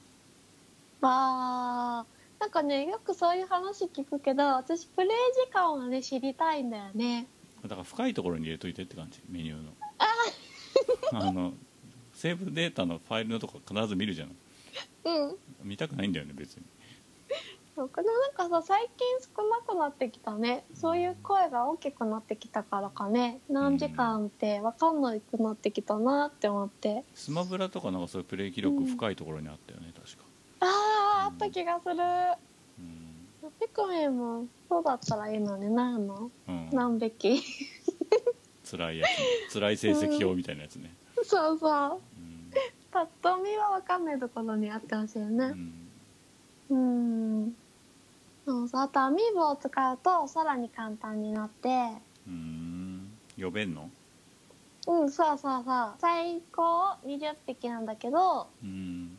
Speaker 1: あーなんかね、よくそういう話聞くけど、私プレイ時間をね知りたいんだよね。
Speaker 2: だから深いところに入れといてって感じ、メニューのあのセーブデータのファイルのとこ必ず見るじゃん。うん。見たくないんだよね別に。
Speaker 1: そうかな、なんかさ最近少なくなってきたね。そういう声が大きくなってきたからかね。何時間って分かんなくなってきたなって思って。
Speaker 2: スマブラとかなんかそういうプレイ記録深いところにあったよね、うん、確か。
Speaker 1: ああ、あった気がする。うん。ピクミンもそうだったらいいのになの、うん、何匹
Speaker 2: 辛いやつ、辛い成績表みたいなやつね、
Speaker 1: うん、そうそう、うん、パッと見は分かんないところにあってほしいよね。うん、うんそうそう。あとアミーボを使うとさらに簡単になって。
Speaker 2: うーん呼べんの？
Speaker 1: うん、そうそうそう。最高にじゅっぴきなんだけど、うん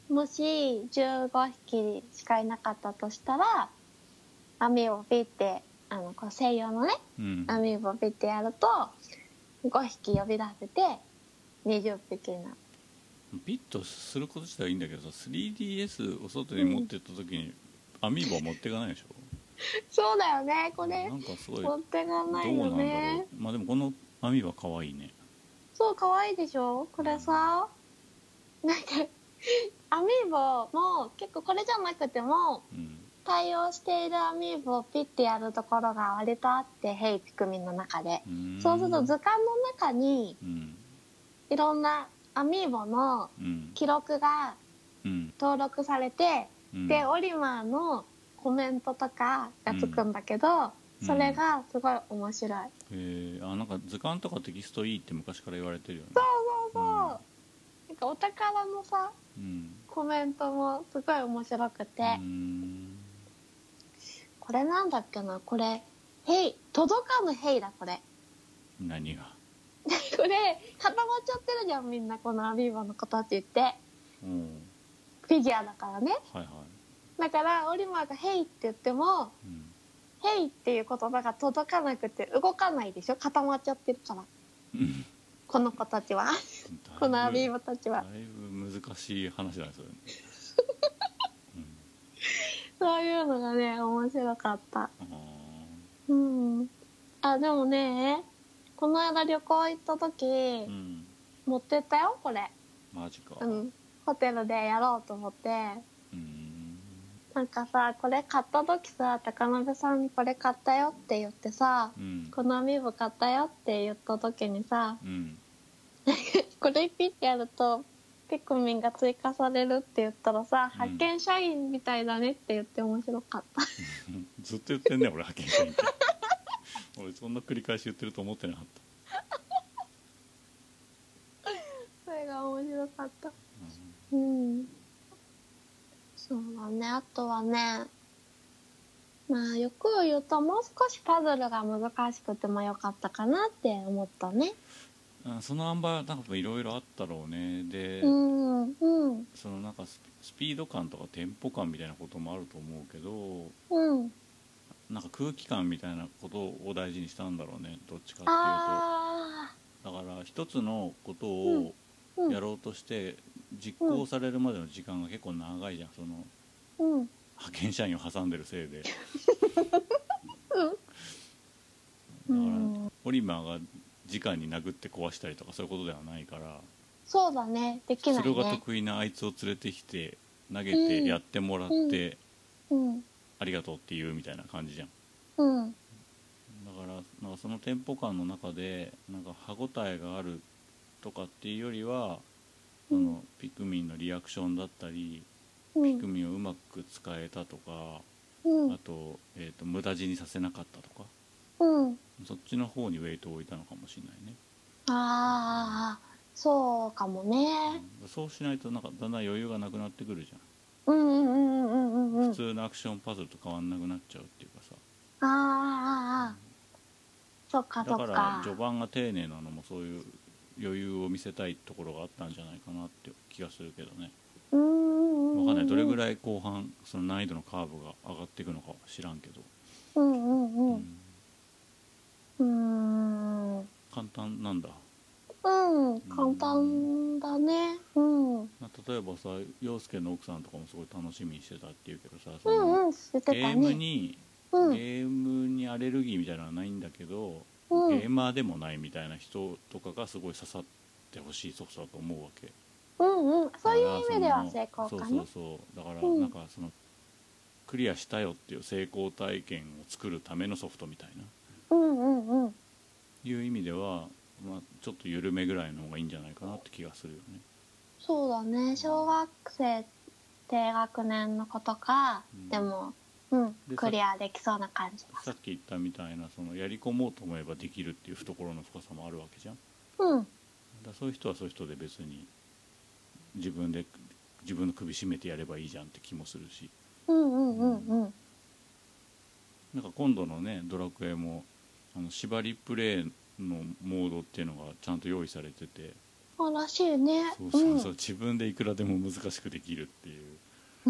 Speaker 1: もしじゅうごひきしかいなかったとしたら、網をピッて、あの、こう専用のね、
Speaker 2: うん、
Speaker 1: 網をピッてやると、ごひき呼び出せて、にじゅっぴきになる。
Speaker 2: ピッとすること自体はいいんだけどさ スリーディーエス を外に持ってった時に、アミーボは持っていかないでしょ。
Speaker 1: そうだよね、これ。
Speaker 2: なんかすごい
Speaker 1: 持ってかないよ
Speaker 2: どうなんだろ
Speaker 1: ね。
Speaker 2: う。まあでもこのアミーボは可愛いね。
Speaker 1: そう、可愛いでしょこれさ。なんか、アミーボも結構これじゃなくても、
Speaker 2: うん、
Speaker 1: 対応しているアミーボをピッてやるところが割とあって、ヘイピクミンの中で。
Speaker 2: うーん
Speaker 1: そうすると図鑑の中に、
Speaker 2: うん
Speaker 1: いろんなアミーボの
Speaker 2: うん
Speaker 1: 記録が
Speaker 2: うん
Speaker 1: 登録されて、
Speaker 2: うん
Speaker 1: で、オリマーのコメントとかがつくんだけど、
Speaker 2: うん
Speaker 1: それがすごい面白い。
Speaker 2: えー、あなんか図鑑とかテキストいいって昔から言われてるよね。
Speaker 1: そうそうそう。なんかお宝のさ、
Speaker 2: うん
Speaker 1: コメントもすごい面白くて、
Speaker 2: うーん
Speaker 1: これなんだっけな、これ、ヘイ、届かぬヘイだ、これ。
Speaker 2: 何が
Speaker 1: これ、固まっちゃってるじゃん、みんな、このアミーボの形って。
Speaker 2: うん
Speaker 1: フィギュアだからね。
Speaker 2: はいはい
Speaker 1: だから、オリマーがヘイって言っても、
Speaker 2: うん
Speaker 1: ヘイっていう言葉が届かなくて動かないでしょ、固まっちゃってるから。
Speaker 2: うん
Speaker 1: この子たちは。このアミーボたちは。
Speaker 2: だいぶ難しい話だねそれ、うん、
Speaker 1: そういうのがね、面白かった。
Speaker 2: あ
Speaker 1: うん。あ、でもね、この間旅行行った時、
Speaker 2: ーうん
Speaker 1: 持ってったよ、これ。
Speaker 2: マジか。
Speaker 1: うん。ホテルでやろうと思って。
Speaker 2: うん
Speaker 1: なんかさ、これ買った時さ、高鍋さんにこれ買ったよって言ってさ、
Speaker 2: うん
Speaker 1: このアミーボ買ったよって言った時にさ、
Speaker 2: うん
Speaker 1: これピッてやると、ピクミンが追加されるって言ったらさ、
Speaker 2: うん
Speaker 1: 発見社員みたいだねって言って面白かった。
Speaker 2: ずっと言ってんね俺派遣社員って俺そんな繰り返し言ってると思ってなかった、
Speaker 1: それが面白かった。
Speaker 2: う
Speaker 1: うん。そうだね。あとはね、まあ、よく言うと、もう少しパズルが難しくてもよかったかなって思ったね。
Speaker 2: ん、その塩梅はなんかいろいろあったろうね。で、
Speaker 1: うん、うん、
Speaker 2: そのなんかススピード感とかテンポ感みたいなこともあると思うけど、
Speaker 1: うん。
Speaker 2: なんか空気感みたいなことを大事にしたんだろうね、どっちかっていう
Speaker 1: あ
Speaker 2: と。だから一つのこと
Speaker 1: ー、
Speaker 2: を
Speaker 1: うん、
Speaker 2: やろうとして実行されるまでの時間が結構長いじゃん、その
Speaker 1: うん。
Speaker 2: 派遣社員を挟んでるせいで。
Speaker 1: う
Speaker 2: だから
Speaker 1: ん。
Speaker 2: オリマーが直に殴って壊したりとかそういうことではないから、
Speaker 1: そうだね。できないね。
Speaker 2: それが得意なあいつを連れてきて投げてやってもらって、
Speaker 1: うん、
Speaker 2: ありがとうっていうみたいな感じじゃん。
Speaker 1: うん。
Speaker 2: だからなんかそのテンポ感の中でなんか歯応えがあるとかっていうよりは、
Speaker 1: うん、
Speaker 2: あのピクミンのリアクションだったり、
Speaker 1: うん、
Speaker 2: ピクミンをうまく使えたとか、
Speaker 1: うん、
Speaker 2: あと、えーと無駄死にさせなかったとか、
Speaker 1: うん。
Speaker 2: そっちの方にウェイトを置いたのかもしれないね。
Speaker 1: ああ、そうかもね。
Speaker 2: うん、そうしないとなんかだんだん余裕がなくなってくるじ
Speaker 1: うん、うん、うん、うん、うん。
Speaker 2: ゃん。普通のアクションパズルと変わんなくなっちゃうっていうかさ。
Speaker 1: あーあー、あーそっかそ
Speaker 2: だか
Speaker 1: っから
Speaker 2: 序盤が丁寧なのもそういう余裕を見せたいところがあったんじゃないかなって気がするけどね。
Speaker 1: うーん、
Speaker 2: わかんない、どれぐ
Speaker 1: い
Speaker 2: らい後半その難易度のカーブが上がっていくのかは知らんけど、
Speaker 1: うんうん
Speaker 2: う
Speaker 1: うんんうーん
Speaker 2: 簡単なんだ。
Speaker 1: うん簡単だねうんうん
Speaker 2: まあ例えばさ、陽介の奥さんとかもすごい楽しみにしてたっていうけどさ、
Speaker 1: う
Speaker 2: その
Speaker 1: んうん知って
Speaker 2: ゲー
Speaker 1: たね
Speaker 2: ムに、
Speaker 1: うん
Speaker 2: ゲームにアレルギーみたいなのはないんだけど、
Speaker 1: うん
Speaker 2: ゲーマーでもないみたいな人とかがすごい刺さってほしいソフトだと思うわけ。
Speaker 1: うんうんそういう意味では
Speaker 2: だから
Speaker 1: 成功かな
Speaker 2: そのそうそうそうだから
Speaker 1: うん
Speaker 2: なんかそのクリアしたよっていう成功体験を作るためのソフトみたいな
Speaker 1: うんうんうん
Speaker 2: いう意味では、まあ、ちょっと緩めぐらいの方がいいんじゃないかなって気がするよね。
Speaker 1: そうだね小学生低学年の子とか、
Speaker 2: うん、
Speaker 1: でもうん
Speaker 2: で
Speaker 1: クリアできそうな感じ
Speaker 2: さっき言ったみたいなそのやり込もうと思えばできるっていう懐の深さもあるわけじゃん。
Speaker 1: うん
Speaker 2: だそういう人はそういう人で別に自分で自分の首絞めてやればいいじゃんって気もするし、
Speaker 1: うんうんうんうん
Speaker 2: なんか今度のねドラクエもあの縛りプレイのモードっていうのがちゃんと用意されてて、
Speaker 1: そうらしいね。
Speaker 2: そうそうそう、自分でいくらでも難しくできるっていう。
Speaker 1: うん。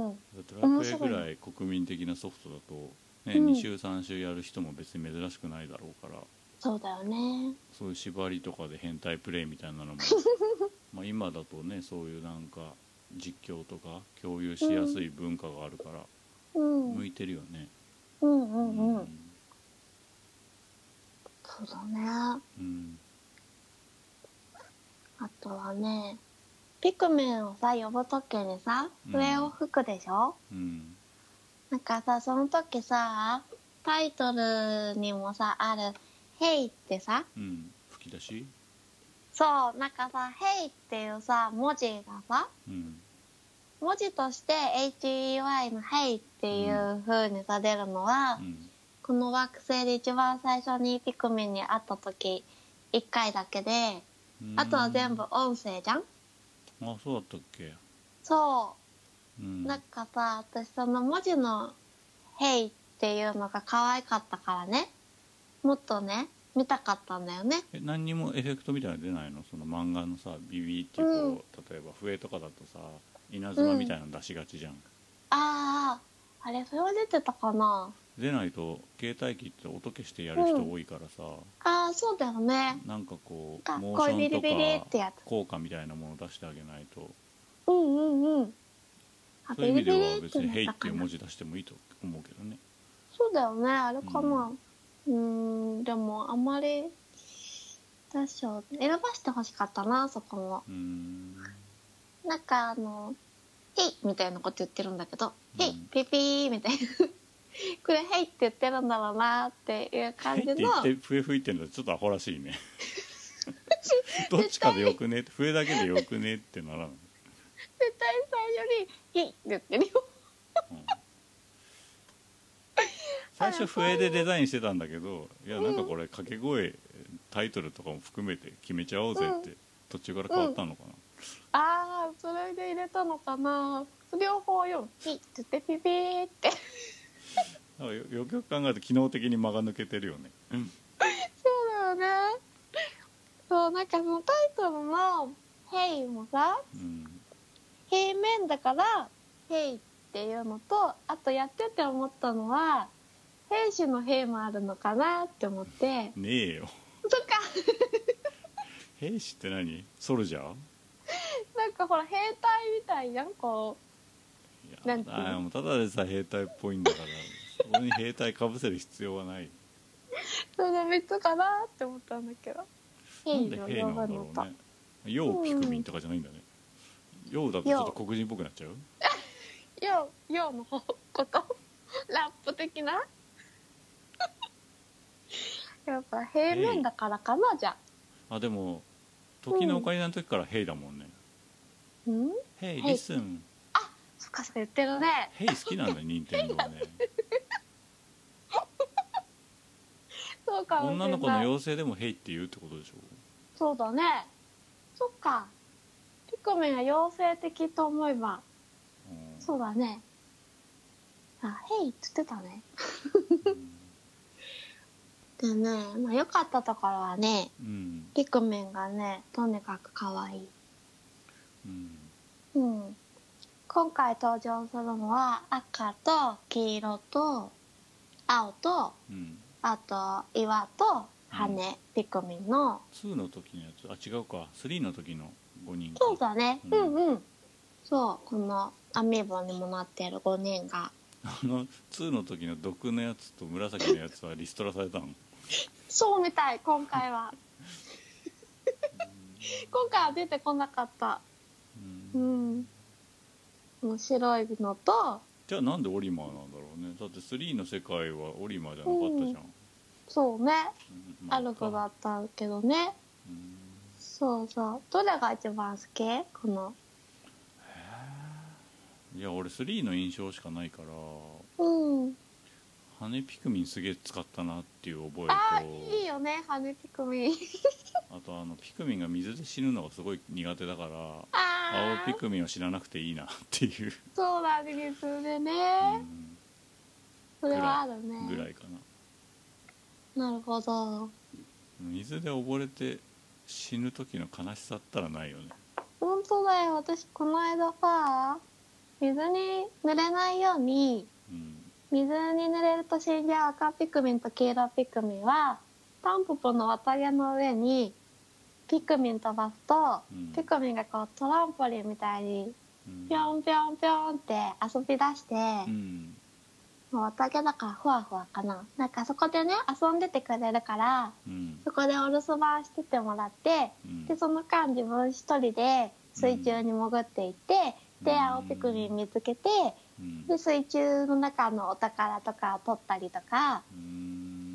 Speaker 1: う
Speaker 2: ド
Speaker 1: ーん。
Speaker 2: ラクエぐらい国民的なソフトだと、ね、
Speaker 1: うん、
Speaker 2: に週さん週やる人も別に珍しくないだろうから、
Speaker 1: そうだよね。
Speaker 2: そういう縛りとかで変態プレイみたいなのもまあ今だとね、そういうなんか実況とか共有しやすい文化があるから、
Speaker 1: うん。
Speaker 2: 向いてるよね。
Speaker 1: うんうんうん。
Speaker 2: うん、
Speaker 1: そうだね。
Speaker 2: うん、
Speaker 1: あとはね、ピクミンをさ、呼ぶときにさ、
Speaker 2: うん
Speaker 1: 笛を吹くでしょ、
Speaker 2: うん、
Speaker 1: なんかさ、その時さ、タイトルにもさ、ある、ヘイってさ、
Speaker 2: うん、吹き出し、
Speaker 1: そう、なんかさ、ヘイっていうさ、文字がさ、
Speaker 2: うん、
Speaker 1: 文字として エイチイーワイ のヘイっていう風にさ、出るのは、
Speaker 2: うん、
Speaker 1: この惑星で一番最初にピクミンに会った時、一回だけで、
Speaker 2: う
Speaker 1: あとは全
Speaker 2: ん。
Speaker 1: 部音声じゃん。
Speaker 2: あ、そうだったっけ。
Speaker 1: そう。
Speaker 2: うん、
Speaker 1: なんかさ、私その文字のヘイっていうのが可愛かったからね、もっとね、見たかったんだよね。
Speaker 2: え、何にもエフェクトみたいなの出ないの？その漫画のさ、ビビっていうこう、
Speaker 1: うん。
Speaker 2: 例えば笛とかだとさ、稲
Speaker 1: うん。
Speaker 2: 妻みたいなの出しがちじゃん。
Speaker 1: ああ、あれ、それは出てたかな。
Speaker 2: 出ないと携帯機って音消してやる
Speaker 1: うん。
Speaker 2: 人多いからさ、
Speaker 1: ああ、そうだよね。
Speaker 2: なんかこう
Speaker 1: か、
Speaker 2: モー
Speaker 1: こういうビリ
Speaker 2: ションとか
Speaker 1: ビリってやつ。
Speaker 2: 効果みたいなものを出してあげないと。
Speaker 1: うんうんうん。あ、
Speaker 2: そういう意味で
Speaker 1: ビリビリ
Speaker 2: は別に
Speaker 1: ってなっ
Speaker 2: 「ヘイ」っていう
Speaker 1: たかな。
Speaker 2: 文字出してもいいと思うけどね。
Speaker 1: そうだよね、あれか
Speaker 2: うん、
Speaker 1: な。うーん、でもあんまり、多少、選ばしてほしかったな、そこも。
Speaker 2: うーん、
Speaker 1: なんかあの、ヘイみたいなこと言ってるんだけど、ヘイ、
Speaker 2: うん、
Speaker 1: ピピーみたいな。これヘイって言ってるんだろうなっていう
Speaker 2: 「ヘイ」って
Speaker 1: 感じの、
Speaker 2: 言って笛吹いてるのちょっとアホらしいね。どっち
Speaker 1: 絶対、
Speaker 2: かでよくねって、笛だけでよくねってならない？
Speaker 1: 絶対最初に、ヘイって言ってるよ。
Speaker 2: うん、最初笛でデザインしてたんだけど、いやなんかこれ掛け声タイトルとかも含めて決めちゃおうぜって途中から変わったのかな。
Speaker 1: ああ、それで入れたのかな。両方よ、ヘイって言ってピピーって。
Speaker 2: なんかよよくよく考えると機能的に間が抜けてるよね。うん、
Speaker 1: そうだよね。そう、なんかそのタイトルのヘイもさ、
Speaker 2: うん、
Speaker 1: 平面だからヘイっていうのと、あとやってて思ったのは、兵士の兵もあるのかなって思って。
Speaker 2: ねえよ。
Speaker 1: そっか。
Speaker 2: 兵士って何？ソルジャー？
Speaker 1: なんかほら兵隊みたいじゃん、こ
Speaker 2: いや
Speaker 1: う、なんていうの。
Speaker 2: あもうただでさ兵隊っぽいんだからそこに兵隊かぶせる必要はない。
Speaker 1: そのみっつかなって思ったんだけど、兵
Speaker 2: なんで
Speaker 1: の呼
Speaker 2: 兵なんだ
Speaker 1: ぶのと。
Speaker 2: ろうね。ヨウピクミンとかじゃないんだね。ヨウだとちょっと黒人っぽくなっちゃう。
Speaker 1: よう、ようのこと、ラップ的な。やっぱ平面だからかな、じゃ
Speaker 2: あでも時のオカリナの時から兵だもんね。
Speaker 1: あ。ん
Speaker 2: ヘイ
Speaker 1: ヘイ
Speaker 2: リスン。
Speaker 1: あ、そっかそっか言ってるね。
Speaker 2: ヘイ好きなんだ任天堂ね。
Speaker 1: そうかもしれない。
Speaker 2: 女の子の妖精でもヘイって言うってことでしょ。
Speaker 1: そうだね。そっか。ピクミンが妖精的と思えば、
Speaker 2: うん、
Speaker 1: そうだね。あ、ヘイって言ってたね。でね、まあ良かったところはね、
Speaker 2: うん、
Speaker 1: ピクミンがね、とにかく可愛い。
Speaker 2: うん、
Speaker 1: うん。今回登場するのは赤と黄色と青と、
Speaker 2: うん、
Speaker 1: あと岩と羽、うん、ピクミンの
Speaker 2: ツーの時のやつ、あ違うかスリーの時のごにんか。
Speaker 1: そうだね、
Speaker 2: うん、
Speaker 1: うんうんそうこのアミーボにもなっているごにんが
Speaker 2: あのツーの時の毒のやつと紫のやつはリストラされたの？
Speaker 1: そうみたい今回は今回は出てこなかった。うん、うん、面白いのと
Speaker 2: じゃあなんでオリマーなんだろうね。だってスリーの世界はオリマーじゃなかったじゃん、うん、
Speaker 1: そうね、
Speaker 2: うんまあ、
Speaker 1: アルフだったけどね、うん、そうそうどれが一番好きこの。
Speaker 2: いや俺スリーの印象しかないから、
Speaker 1: うん、
Speaker 2: 羽ピクミンすげえ使ったなっていう覚えと、
Speaker 1: あいいよね羽ピクミン
Speaker 2: あとあのピクミンが水で死ぬのがすごい苦手だから青ピクミンは死ななくていいなっていう
Speaker 1: そうだね水でね、うん、それはあるね
Speaker 2: ぐらいかな。
Speaker 1: なるほど。
Speaker 2: 水で溺れて死ぬ時の悲しさったらないよね。
Speaker 1: 本当だよ。私この間さ、水に濡れないように、
Speaker 2: うん、
Speaker 1: 水に濡れると死んじゃう赤ピクミンと黄色ピクミンはタンポポの綿毛の上にピクミン飛ばすと、
Speaker 2: うん、
Speaker 1: ピクミンがこうトランポリンみたいに
Speaker 2: うん
Speaker 1: ぴょんぴょんぴょんって遊び出して、
Speaker 2: うん、
Speaker 1: もう綿毛だからふわふわかな、なんかそこでね遊んでてくれるから、
Speaker 2: うん、
Speaker 1: そこでお留守番しててもらって、
Speaker 2: うん、
Speaker 1: でその間自分一人で水中に潜っていって、
Speaker 2: うん、
Speaker 1: で青ピクミン見つけて、
Speaker 2: うん、
Speaker 1: で水中の中のお宝とかを取ったりとか、
Speaker 2: うん、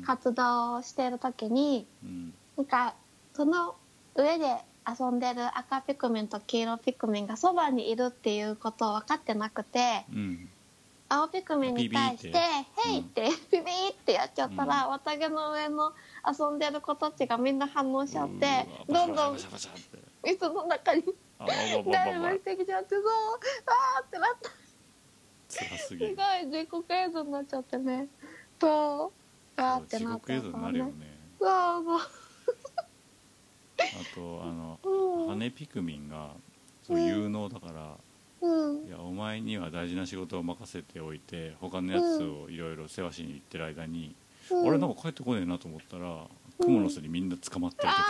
Speaker 1: 活動をしてる時に、
Speaker 2: うん、
Speaker 1: なんかその上で遊んでる赤ピクミンと黄色ピクミンがそばにいるっていうことを分かってなくて、
Speaker 2: うん、
Speaker 1: 青ピクミンに対して「ヘイ!」ってピビーってやっちゃったら、
Speaker 2: うん、
Speaker 1: 綿毛の上の遊んでる子たちがみんな反応しちゃって、
Speaker 2: うわ
Speaker 1: どんどん
Speaker 2: バシャバシャバシャって
Speaker 1: 水の中に
Speaker 2: あわわわわ
Speaker 1: ダイブ
Speaker 2: わ
Speaker 1: してきちゃって、そうあーってなった。
Speaker 2: 辛す
Speaker 1: す
Speaker 2: ぎる。
Speaker 1: ごい地獄映像になっちゃってね、そうわーって
Speaker 2: 地
Speaker 1: なっ
Speaker 2: 獄映像に
Speaker 1: ちゃったね。
Speaker 2: なるよね。
Speaker 1: そうそう、
Speaker 2: あとあの、
Speaker 1: うん、
Speaker 2: 羽ピクミンがそう有能だから、
Speaker 1: うん、
Speaker 2: いやお前には大事な仕事を任せておいて他のやつをいろいろ世話しに行ってる間に、
Speaker 1: うん、
Speaker 2: あれなんか帰ってこねえなと思ったら、クモの巣にみんな捕まってる
Speaker 1: あ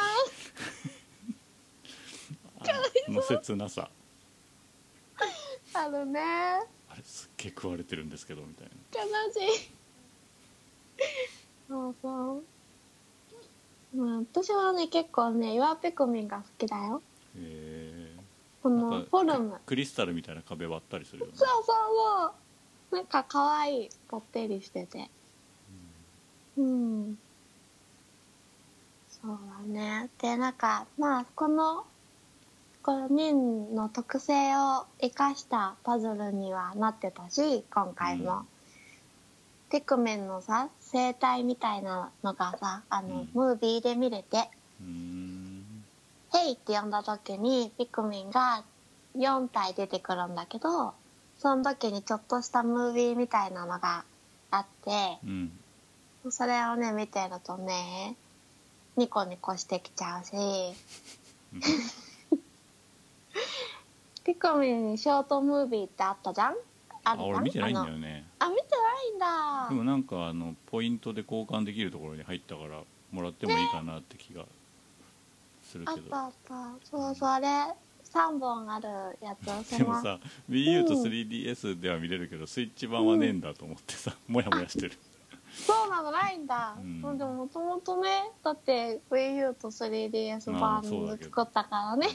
Speaker 2: 時あの切なさ、
Speaker 1: ーあるね、
Speaker 2: あれすっげえ食われてるんですけどみたい
Speaker 1: 悲しい。そうそう、まあ、私はね結構ね岩ピクミンが好きだよ。
Speaker 2: な。へえ。
Speaker 1: この
Speaker 2: なんか
Speaker 1: フォルム、
Speaker 2: クリスタルみたいな壁割ったりするよね。
Speaker 1: そうそうそう、なんか可愛いぽってりしてて、うん、そうだね。でなんかまあこのこの人の特性を生かしたパズルにはなってたし、今回も、うん、ピクミンのさ生態みたいなのがさあの、うん、ムービーで見れて、うーん、ヘイって呼んだ時にピクミンがよん体出てくるんだけど、その時にちょっとしたムービーみたいなのがあって、うん、それをね見てるとねニコニコしてきちゃうしピクミンショートムービーってあったじゃん。あるじゃん。
Speaker 2: あ、俺見てないんだよね。
Speaker 1: あ、見てないんだ。
Speaker 2: でもなんかあのポイントで交換できるところに入ったからもらってもいいかなって気がするけど、ね、
Speaker 1: あったあった、そうそう、あれさんぼんあるやつ。
Speaker 2: でもさ WiiU と スリーディーエス では見れるけど、うん、スイッチ版はねえんだと思ってさ、うん、もやもやしてる。
Speaker 1: そうなの、ないんだ、うん、でももともとねだって WiiU と スリーディーエス 版作ったからね、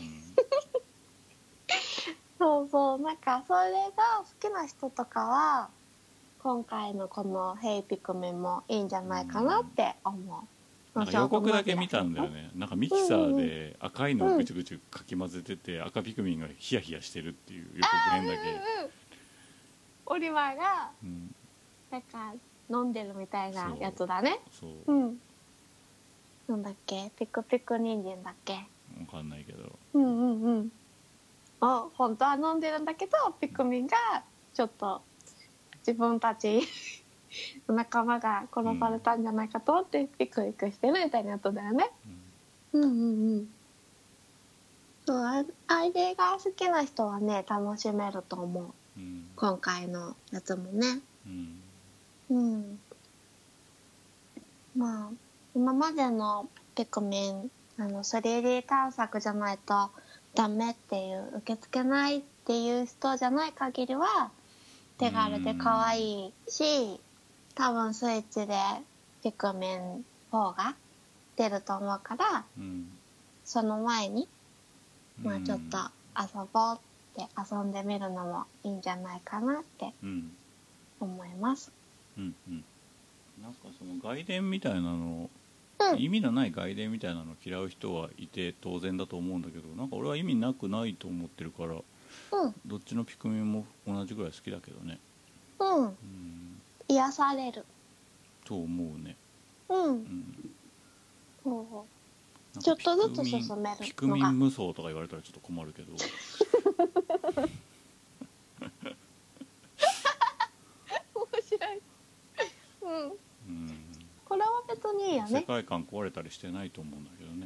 Speaker 1: そうそう、なんかそれが好きな人とかは今回のこの「ヘイピクミン」もいいんじゃないかなって思う。
Speaker 2: なんか予告だけ見たんだよね。なんかミキサーで赤いのをぐちゅぐちゅかき混ぜてて、うん、赤ピクミンがヒヤヒヤしてるっていう予告編だけ、うんうん、
Speaker 1: オリバーが、うん、なんか飲んでるみたいなやつだね。
Speaker 2: そう、
Speaker 1: うん、なんだっけ、ピクピク人参だっけ、
Speaker 2: 分かんないけど、
Speaker 1: うんうんうん、あ、本当は飲んでるんだけどピクミンがちょっと自分たち仲間が殺されたんじゃないかと思ってピクピクしてるみたいなやつだよね、うん、うんうんうんそう、あれが好きな人はね楽しめると思う、うん、今回のやつもね、うん、うん、まあ今までのピクミンあの スリーディー 探索じゃないとダメっていう受け付けないっていう人じゃない限りは手軽で可愛いし、多分スイッチでピクミンフォーが出ると思うから、うん、その前にまあちょっと遊ぼうって遊んでみるのもいいんじゃないかなって思います、
Speaker 2: うんうん、なんかその外伝みたいなの、うん、意味のない外伝みたいなの嫌う人はいて当然だと思うんだけど、なんか俺は意味なくないと思ってるから、うん、どっちのピクミンも同じぐらい好きだけどね、
Speaker 1: うん、うん、癒される
Speaker 2: と思うね、
Speaker 1: うん、うん、ちょっとずつ進めるのが
Speaker 2: ピクミン無双とか言われたらちょっと困るけど
Speaker 1: 面白い、うん、うん、これは別にいいよね。
Speaker 2: 世界観壊れたりしてないと思うんだけどね。
Speaker 1: うんう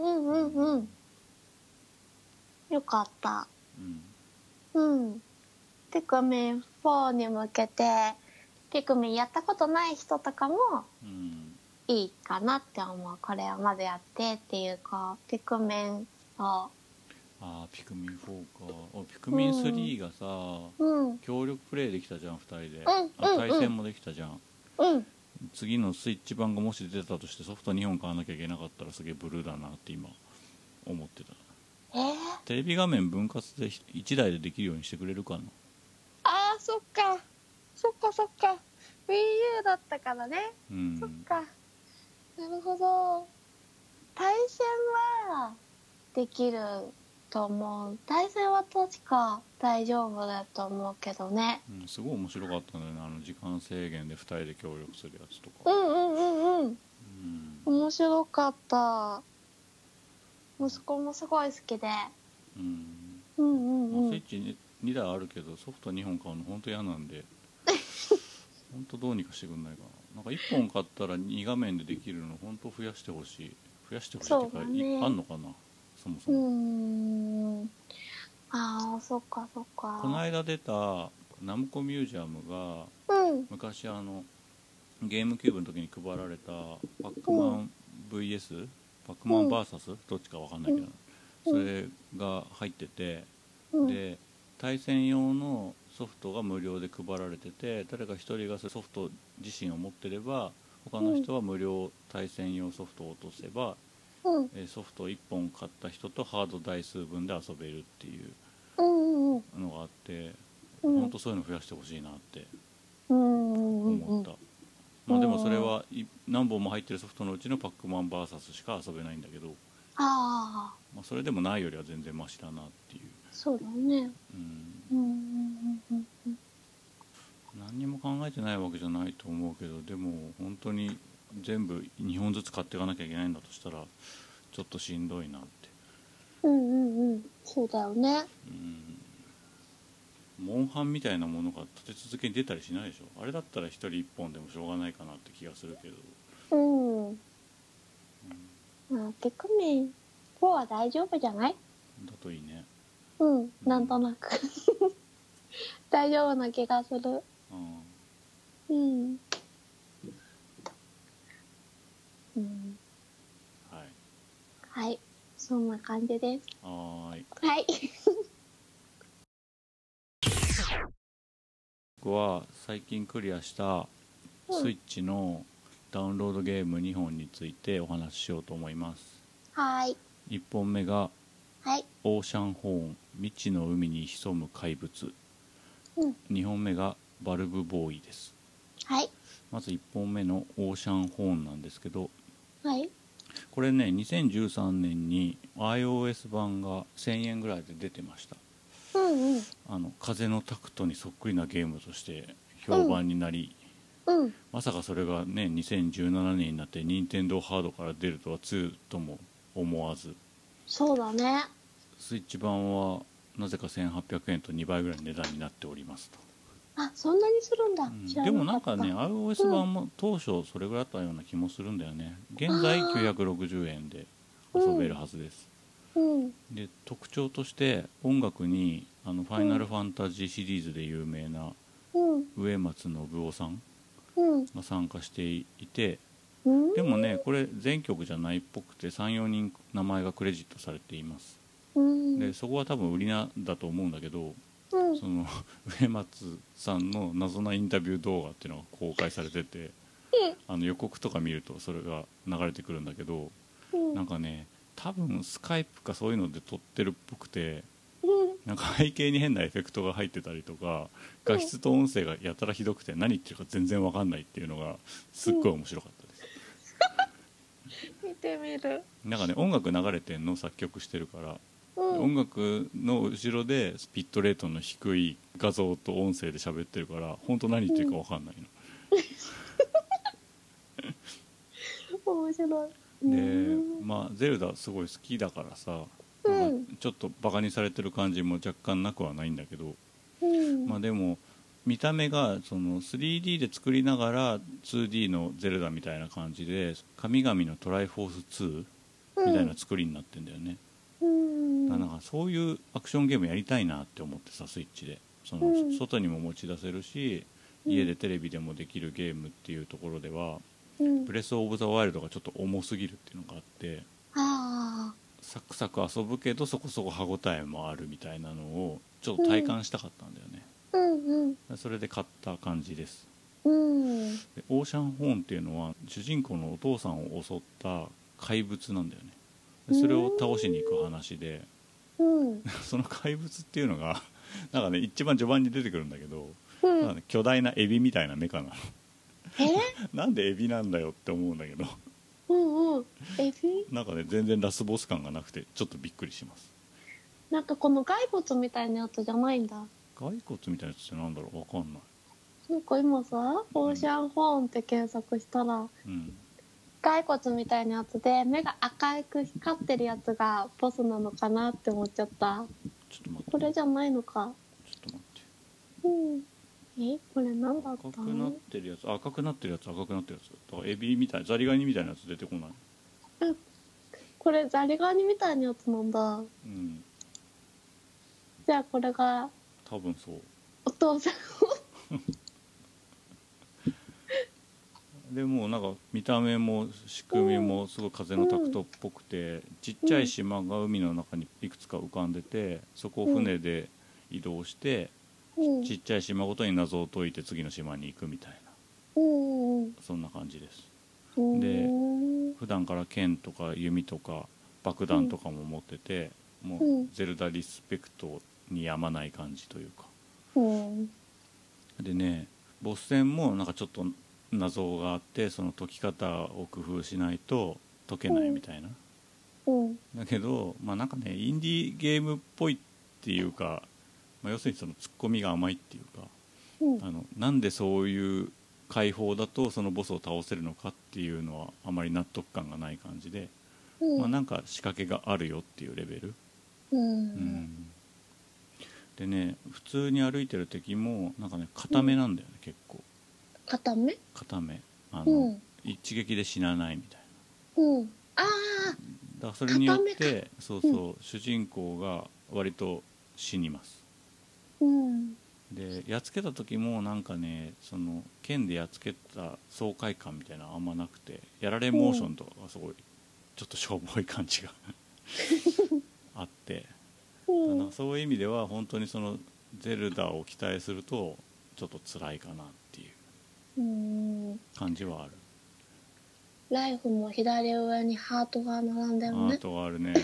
Speaker 1: うんうんうん。よかった。
Speaker 2: うん、
Speaker 1: うん。ピクミンフォーに向けて、ピクミンやったことない人とかも
Speaker 2: うん、
Speaker 1: いいかなって思う。これをまずやってっていうか、ピクミンを。
Speaker 2: あーピクミンフォーか。おピクミンスリーがさ、
Speaker 1: うん。
Speaker 2: 協力プレイできたじゃんふたりで、
Speaker 1: うん
Speaker 2: あ
Speaker 1: うんうん。
Speaker 2: 対戦もできたじゃん。
Speaker 1: うん。
Speaker 2: 次のスイッチ版がもし出たとしてソフトにほん買わなきゃいけなかったらすげえブルーだなって今思ってた。
Speaker 1: えー、
Speaker 2: テレビ画面分割でいちだいでできるようにしてくれるかな。
Speaker 1: あー、そっか。そっかそっか。WiiU だったからね。
Speaker 2: うん、
Speaker 1: そっか。なるほど。対戦はできると思う。対戦は確か大丈夫だと思うけどね。
Speaker 2: うん、すごい面白かったんだよね、あの時間制限でふたりで協力するやつとか。
Speaker 1: うんうんうんうん。
Speaker 2: うん、
Speaker 1: 面白かった。息子もすごい好きで。
Speaker 2: うん、
Speaker 1: うんうん
Speaker 2: まあ、
Speaker 1: うん。
Speaker 2: スイッチ に, にだいあるけどソフトにほん買うの本当嫌なんで本当どうにかしてくんないかな。なんかいっぽん買ったらに画面でできるの本当増やしてほしい。増やしてほしいっていうか、
Speaker 1: そうだね。
Speaker 2: いあんのかなそもそうも。
Speaker 1: ーん。ああ、そっかそっか。
Speaker 2: この間出たナムコミュージアムが
Speaker 1: うん。
Speaker 2: 昔あのゲームキューブの時に配られたパックマン ブイエス、パックマン ブイエス どっちか分かんないけど、それが入ってて、で対戦用のソフトが無料で配られてて、誰か一人がソフト自身を持ってれば他の人は無料対戦用ソフトを落とせば、
Speaker 1: うん、
Speaker 2: ソフトいっぽん買った人とハード台数分で遊べるっていう
Speaker 1: うんうん
Speaker 2: のがあって、
Speaker 1: うん、
Speaker 2: 本当そういうの増やしてほしいなって
Speaker 1: うんうんうん
Speaker 2: 思った。まあでもそれはい何本も入ってるソフトのうちのパックマン ブイエス しか遊べないんだけど、
Speaker 1: ああ、
Speaker 2: まあ、それでもないよりは全然マシだなっていう。
Speaker 1: そうだね。
Speaker 2: うん、
Speaker 1: うんうんうんうん。
Speaker 2: 何にも考えてないわけじゃないと思うけど、でも本当に全部にほんずつ買っていかなきゃいけないんだとしたらちょっとしんどいなって。
Speaker 1: うんうんうん、そうだよね。
Speaker 2: うん、モンハンみたいなものが立て続けに出たりしないでしょ。あれだったらひとりいっぽんでもしょうがないかなって気がするけど。
Speaker 1: うん。うん、まあ、ピクミンフォーは大丈夫じゃない？
Speaker 2: だといいね。
Speaker 1: うん、なんとなく大丈夫な気がする。うん。うん。
Speaker 2: はい。
Speaker 1: はい、そんな感じです。
Speaker 2: はーい。
Speaker 1: はい。
Speaker 2: 僕は最近クリアしたスイッチのダウンロードゲームにほんについてお話ししようと思います。
Speaker 1: はい。
Speaker 2: いっぽんめが
Speaker 1: はい。
Speaker 2: オーシャンホーン未知の海に潜む怪物、
Speaker 1: うん。
Speaker 2: にほんめがバルブボーイです。
Speaker 1: はい。
Speaker 2: まずいっぽんめのオーシャンホーンなんですけど、
Speaker 1: はい。
Speaker 2: これねにせんじゅうさんねんに iOS 版がせんえんぐらいで出てました。
Speaker 1: うんうん。
Speaker 2: あの風のタクトにそっくりなゲームとして評判になり、
Speaker 1: うん。
Speaker 2: まさかそれがねにせんじゅうななねんになって任天堂ハードから出るとはつとも思わず、
Speaker 1: そうだね。
Speaker 2: スイッチ版はなぜかせんはっぴゃくえんとにばいぐらいの値段になっておりますと。
Speaker 1: あ、そんなにするんだ。
Speaker 2: うん、
Speaker 1: 知ら
Speaker 2: でも
Speaker 1: なかった。
Speaker 2: なんかね iOS 版も当初それぐらいだったような気もするんだよね。現在きゅうひゃくろくじゅうえんで遊べるはずです。
Speaker 1: うん。
Speaker 2: で特徴として音楽にあのファイナルファンタジーシリーズで有名な
Speaker 1: うん。
Speaker 2: 植松信夫さん
Speaker 1: うん。
Speaker 2: が参加していて、
Speaker 1: うん。
Speaker 2: でもねこれ全曲じゃないっぽくて さん,よ 人名前がクレジットされています。
Speaker 1: うん。
Speaker 2: でそこは多分売りなだと思うんだけど、
Speaker 1: うん。
Speaker 2: その植松さんの謎なインタビュー動画っていうのが公開されてて、あの予告とか見るとそれが流れてくるんだけど、
Speaker 1: うん。
Speaker 2: なんかね多分スカイプかそういうので撮ってるっぽくて、
Speaker 1: うん。
Speaker 2: なんか背景に変なエフェクトが入ってたりとか画質と音声がやたらひどくて何言ってるか全然わかんないっていうのがすっごい面白かったです、
Speaker 1: 見てみる。
Speaker 2: なんかね音楽流れてんの作曲してるから、
Speaker 1: うん。
Speaker 2: 音楽の後ろでビットレートの低い画像と音声で喋ってるから本当何言ってるかわかんないの、
Speaker 1: 面白い。
Speaker 2: でまあゼルダすごい好きだからさ、
Speaker 1: うん、
Speaker 2: なんかちょっとバカにされてる感じも若干なくはないんだけど、
Speaker 1: うん、
Speaker 2: まあでも見た目がその スリーディー で作りながら ツーディー のゼルダみたいな感じで神々のトライフォースツーみたいな作りになってんだよね、
Speaker 1: うん、
Speaker 2: だからなんかそういうアクションゲームやりたいなって思ってさ、スイッチでその、
Speaker 1: うん、
Speaker 2: 外にも持ち出せるし、
Speaker 1: うん、
Speaker 2: 家でテレビでもできるゲームっていうところでは、
Speaker 1: うん、
Speaker 2: ブレス・オブ・ザ・ワイルドがちょっと重すぎるっていうのがあって、
Speaker 1: ああ、
Speaker 2: サクサク遊ぶけどそこそこ歯応えもあるみたいなのをちょっと体感したかったんだよね、
Speaker 1: うん、うん、
Speaker 2: それで買った感じです。
Speaker 1: うん、
Speaker 2: でオーシャンホーンっていうのは主人公のお父さんを襲った怪物なんだよね。でそれを倒しに行く話で、
Speaker 1: うん、
Speaker 2: その怪物っていうのがなんかね一番序盤に出てくるんだけど、
Speaker 1: うん、
Speaker 2: なんかね、巨大なエビみたいなメカなの。
Speaker 1: え
Speaker 2: なんでエビなんだよって思うんだけど、
Speaker 1: うんうん、エビ
Speaker 2: なんかね全然ラスボス感がなくてちょっとびっくりします。
Speaker 1: なんかこの骸骨みたいなやつじゃないんだ。
Speaker 2: 骸骨みたいなやつってなんだろう、わかんない。
Speaker 1: なんか今さ、オーシャンホーンって検索したら、
Speaker 2: うん、
Speaker 1: 骸骨みたいなやつで目が赤く光ってるやつがボスなのかなって思っちゃった。
Speaker 2: ちょっと待って
Speaker 1: これじゃないのか。
Speaker 2: ちょっと待って、
Speaker 1: うん。え、これなんだった
Speaker 2: 赤くなってるやつ、赤くなってるやつ、赤くなってるやつだからエビみたい、ザリガニみたいなやつ出てこない。
Speaker 1: うん。これザリガニみたいなやつなんだ。
Speaker 2: うん、
Speaker 1: じゃあこれが
Speaker 2: 多分そう。
Speaker 1: お父さん。
Speaker 2: でもなんか見た目も仕組みもすごい風のタクトっぽくて、ちっちゃい島が海の中にいくつか浮かんでて、そこを船で移動して、
Speaker 1: うん、
Speaker 2: ちっちゃい島ごとに謎を解いて次の島に行くみたい
Speaker 1: うん、うん、
Speaker 2: な、そんな感じです。
Speaker 1: うん。
Speaker 2: で普段から剣とか弓とか爆弾とかも持ってて、もうゼルダリスペクトにやまない感じというか、
Speaker 1: うん、
Speaker 2: でねボス戦もなんかちょっと謎があって、その解き方を工夫しないと解けないみたいな、
Speaker 1: うん、
Speaker 2: だけどまあなんかねインディーゲームっぽいっていうか、まあ、要するにそのツッコミが甘いっていうか、
Speaker 1: うん、
Speaker 2: あのなんでそういう解放だとそのボスを倒せるのかっていうのはあまり納得感がない感じで、
Speaker 1: うん、
Speaker 2: まあ、なんか仕掛けがあるよっていうレベル、
Speaker 1: う
Speaker 2: うん、でね普通に歩いてる敵もなんかね固めなんだよね、結構
Speaker 1: 固め？
Speaker 2: 固め、あの、
Speaker 1: うん、
Speaker 2: 一撃で死なないみたい
Speaker 1: うん。ああ、
Speaker 2: な、だからそれによっ
Speaker 1: 固め
Speaker 2: てそうそう、主人公が割と死にます。
Speaker 1: うん、
Speaker 2: でやっつけた時もなんかねその剣でやっつけた爽快感みたいなのあんまなくて、やられモーションとかがすごいちょっとしょぼい感じがあって、
Speaker 1: うん、
Speaker 2: だからそういう意味では本当にそのゼルダを期待するとちょっと辛いかなっていう
Speaker 1: うん。
Speaker 2: 感じはある。
Speaker 1: ライフも左上にハートが並んでるね。
Speaker 2: あとあるね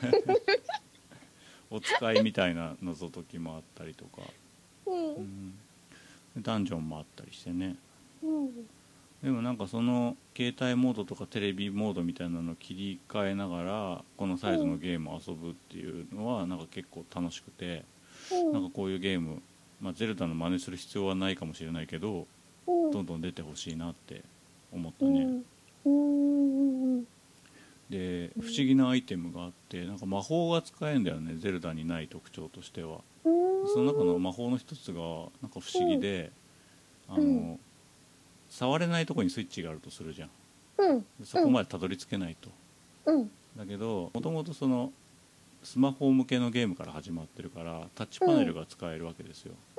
Speaker 2: お使いみたいな謎解きもあったりとか、
Speaker 1: うん、
Speaker 2: うん、ダンジョンもあったりしてね。
Speaker 1: うん、
Speaker 2: でもなんかその携帯モードとかテレビモードみたいなのを切り替えながらこのサイズのゲームを遊ぶっていうのはなんか結構楽しくて、
Speaker 1: うん、
Speaker 2: なんかこういうゲーム、まあ、ゼルダの真似する必要はないかもしれないけど、
Speaker 1: うん、
Speaker 2: どんどん出てほしいなって思ったね。
Speaker 1: うん、うん、うん、
Speaker 2: で不思議なアイテムがあって、なんか魔法が使えるんだよね、ゼルダにない特徴としては。その中の魔法の一つがなんか不思議で、あの触れないとこにスイッチがあるとするじゃん、
Speaker 1: うん、
Speaker 2: そこまでたどり着けないと。
Speaker 1: うん、
Speaker 2: だけどもともとそのスマホ向けのゲームから始まってるからタッチパネルが使えるわけですよ、
Speaker 1: うん、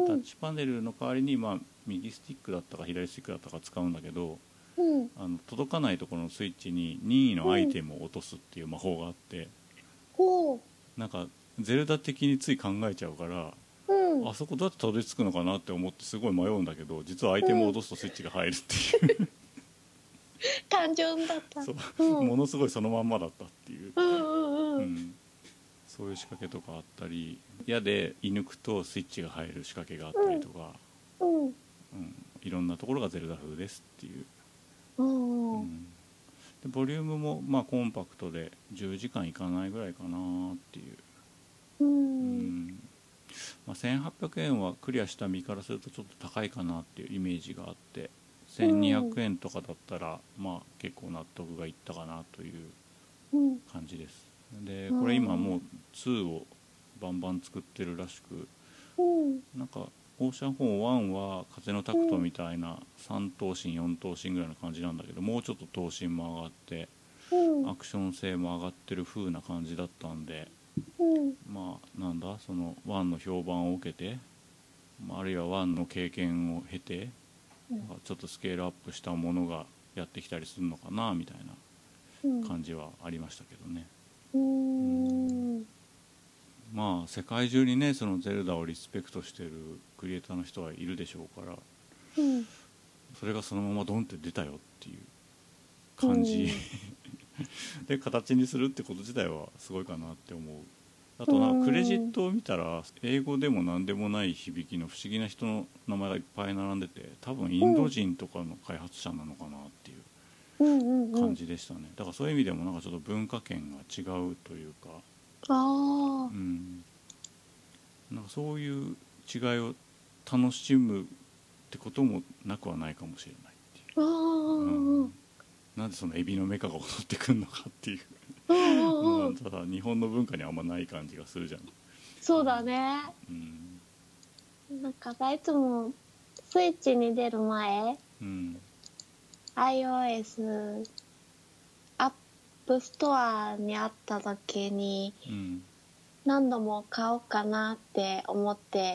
Speaker 2: でタッチパネルの代わりに、まあ、右スティックだったか左スティックだったか使うんだけど、
Speaker 1: うん、
Speaker 2: あの届かないところのスイッチに任意のアイテムを落とすっていう魔法があって、
Speaker 1: ほう、
Speaker 2: なんかゼルダ的につい考えちゃうから、
Speaker 1: うん、
Speaker 2: あそこどうやってたどり着くのかなって思ってすごい迷うんだけど、実はアイテムを落とすとスイッチが入るっていう
Speaker 1: 単純だった。
Speaker 2: そう、
Speaker 1: うん、
Speaker 2: ものすごいそのまんまだったっていう、
Speaker 1: うん、うん、うん、
Speaker 2: うん、そういう仕掛けとかあったり、矢で射抜くとスイッチが入る仕掛けがあったりとか、
Speaker 1: うん、
Speaker 2: うん、いろんなところがゼルダ風ですっていう、
Speaker 1: う、
Speaker 2: うんん、でボリュームもまあコンパクトでじゅうじかんいかないぐらいかなっていう、
Speaker 1: う
Speaker 2: うんん、まあ、せんはっぴゃくえんはクリアした身からするとちょっと高いかなっていうイメージがあって、せんにひゃくえんとかだったらまあ結構納得がいったかなという
Speaker 1: うん、
Speaker 2: 感じです。でこれ今もうにをバンバン作ってるらしく、
Speaker 1: うん、
Speaker 2: なんかオーシャンホーンワンは風のタクトみたいなさん頭身よん頭身ぐらいの感じなんだけど、もうちょっと頭身も上がって
Speaker 1: うん。
Speaker 2: アクション性も上がってる風な感じだったんで、
Speaker 1: うん。
Speaker 2: まあなんだそのワンの評判を受けて、あるいはワンの経験を経て、なんかちょっとスケールアップしたものがやってきたりするのかなみたい
Speaker 1: うん。
Speaker 2: な感じはありましたけどね。
Speaker 1: うーん。
Speaker 2: まあ世界中にねそのゼルダをリスペクトしてるクリエイターの人はいるでしょうから、
Speaker 1: うん。
Speaker 2: それがそのままドンって出たよっていう
Speaker 1: う
Speaker 2: 感じ、
Speaker 1: ん。
Speaker 2: で形にするってこと自体はすごいかなって思う。あ
Speaker 1: う
Speaker 2: となんかクレジッ
Speaker 1: ん。
Speaker 2: トを見たら英語でも何でもない響きの不思議な人の名前がいっぱい並んでて、多分インド人とかの開発者なのかなっていう
Speaker 1: うん。うん。う
Speaker 2: 感
Speaker 1: ん。
Speaker 2: じでしたね。だからそういう意味でもなんかちょっと文化圏が違うというか、
Speaker 1: ああ。
Speaker 2: うん、なんかそういう違いを楽しむってこともなくはないかもしれないって
Speaker 1: あ
Speaker 2: いう、うん、
Speaker 1: あ。
Speaker 2: なんでそのエビのメカが踊ってくるのかっていうのは
Speaker 1: うん。うん。
Speaker 2: ただ日本の文化にあんまない感じがするじゃん。
Speaker 1: そうだね。
Speaker 2: うん
Speaker 1: なんかさ、いつもスイッチに出る前、
Speaker 2: うん
Speaker 1: iOS アップストアにあった時に
Speaker 2: うん
Speaker 1: 何度も買おうかなって思って、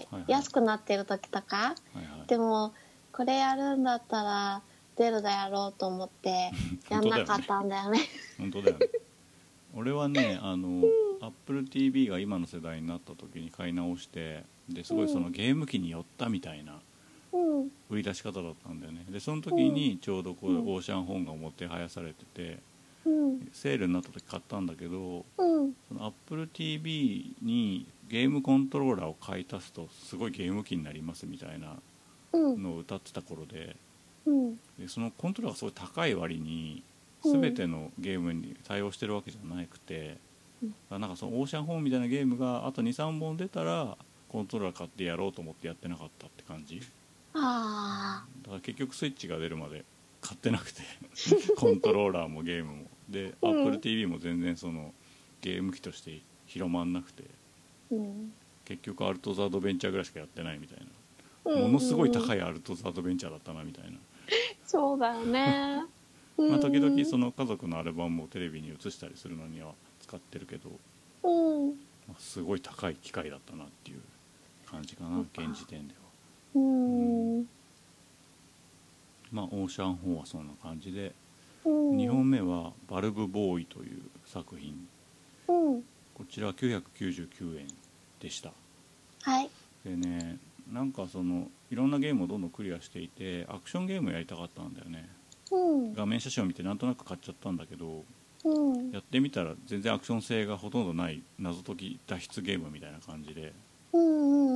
Speaker 2: はいはい
Speaker 1: 安くなってる時とか、
Speaker 2: はいはい
Speaker 1: でもこれやるんだったらゼルダやろうと思ってやんなかっ
Speaker 2: 本当だよね
Speaker 1: たんだよね。
Speaker 2: 本当だよね。俺はねあの Apple ティーブイ が今の世代になった時に買い直して、ですごいそのゲーム機に寄ったみたいな
Speaker 1: うん。
Speaker 2: 売り出し方だったんだよね。でその
Speaker 1: うん。
Speaker 2: 時にちょうどこう
Speaker 1: うん。
Speaker 2: オーシャン本がもてはやされてて、
Speaker 1: うん。
Speaker 2: セールになった時買ったんだけど、
Speaker 1: うん。
Speaker 2: その Apple ティーブイ にゲームコントローラーを買い足すとすごいゲーム機になりますみたいな
Speaker 1: うん。
Speaker 2: のを歌ってた頃で、
Speaker 1: うん。
Speaker 2: でそのコントローラーがすごい高い割に
Speaker 1: うん。
Speaker 2: 全てのゲームに対応してるわけじゃなくて、
Speaker 1: うん
Speaker 2: なんかそのオーシャンホーンみたいなゲームがあと にさん 本出たらコントローラー買ってやろうと思ってやってなかったって感じ
Speaker 1: ああ。
Speaker 2: だから結局スイッチが出るまで買ってなくてコントローラーもゲームもで、
Speaker 1: うん。
Speaker 2: Apple ティーブイ も全然そのゲーム機として広まんなくて、
Speaker 1: うん。
Speaker 2: 結局アルト・ザ・アドベンチャーぐらいしかやってないみたい
Speaker 1: うん。
Speaker 2: な、ものすごい高
Speaker 1: い。
Speaker 2: いアルト・ザ・アドベンチャーだったなみたいな。
Speaker 1: そうだよね。う
Speaker 2: まあ時々
Speaker 1: ん。
Speaker 2: その家族のアルバムをテレビに映したりするのには使ってるけど、
Speaker 1: うん。
Speaker 2: まあ、すごい高い機械だったなっていう感じかな現時点では。
Speaker 1: う
Speaker 2: うん
Speaker 1: ん。
Speaker 2: まあオーシャンホーはそんな感じで、
Speaker 1: うん。
Speaker 2: にほんめはバルブボーイという作品、
Speaker 1: うん。
Speaker 2: こちらはきゅうひゃくきゅうじゅうきゅうえんでした。
Speaker 1: はい。
Speaker 2: でね、なんかそのいろんなゲームをどんどんクリアしていてアクションゲームやりたかったんだよね。
Speaker 1: うん。
Speaker 2: 画面写真を見てなんとなく買っちゃったんだけど、
Speaker 1: うん。
Speaker 2: やってみたら全然アクション性がほとんどない謎解き脱出ゲームみたいな感じで、
Speaker 1: うん。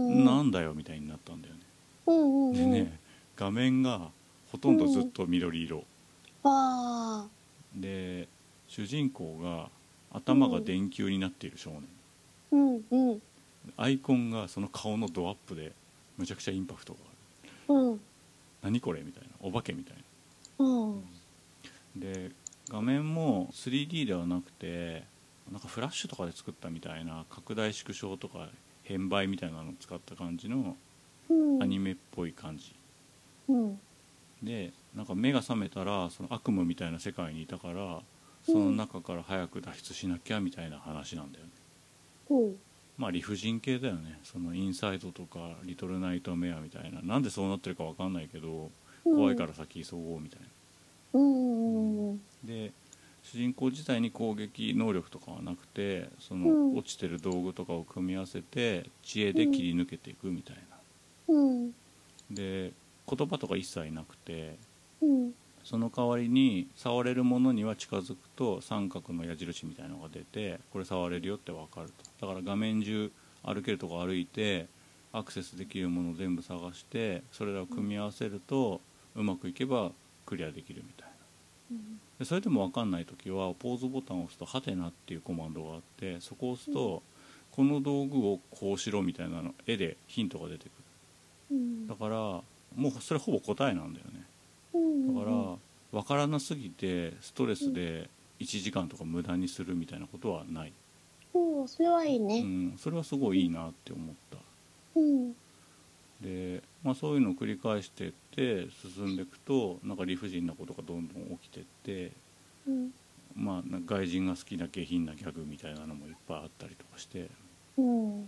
Speaker 1: うん。
Speaker 2: なんだよみたいになったんだよね。
Speaker 1: うん。うん。
Speaker 2: でね、画面がほとんどずっと緑色
Speaker 1: ああ。
Speaker 2: で、主人公が頭が電球になっている少年、
Speaker 1: うん。うん。
Speaker 2: アイコンがその顔のドアップでむちゃくちゃインパクトがある。
Speaker 1: うん。
Speaker 2: 何これみたいな、お化けみたい
Speaker 1: うん。
Speaker 2: な。で画面も スリーディー ではなくてなんかフラッシュとかで作ったみたいな拡大縮小とか変倍みたいなのを使った感じの
Speaker 1: うん。
Speaker 2: アニメっぽい感じ
Speaker 1: うん。
Speaker 2: で、なんか目が覚めたらその悪夢みたいな世界にいたからその中から早く脱出しなきゃみたいな話なんだよね。
Speaker 1: うん。
Speaker 2: まあ理不尽系だよね。そのインサイドとかリトルナイトメアみたいな、なんでそうなってるか分かんないけど怖いから先急ごうみたいな。
Speaker 1: うん。うん。
Speaker 2: で主人公自体に攻撃能力とかはなくて、その
Speaker 1: うん。
Speaker 2: 落ちてる道具とかを組み合わせて知恵で切り抜けていくみたいな。
Speaker 1: うん。
Speaker 2: で言葉とか一切なくて、
Speaker 1: うん。
Speaker 2: その代わりに触れるものには近づくと三角の矢印みたいなのが出て、これ触れるよって分かると。だから画面中歩けるとこ歩いてアクセスできるものを全部探してそれらを組み合わせるとうまくいけばクリアできるみたいな。でそれでも分かんない時はポーズボタンを押すとハテナっていうコマンドがあって、そこを押すとこの道具をこうしろみたいなの絵でヒントが出てくる。だからもうそれほぼ答えなんだよね。だから分からなすぎてストレスでいちじかんとか無駄にするみたいなことはない。
Speaker 1: うん。それはいいね。
Speaker 2: うん、それはすごいいいなって思った。
Speaker 1: うん。
Speaker 2: で、まあ、そういうのを繰り返してって進んでいくとなんか理不尽なことがどんどん起きてって、
Speaker 1: うん。
Speaker 2: まあ外人が好きな下品なギャグみたいなのもいっぱいあったりとかして、
Speaker 1: うん、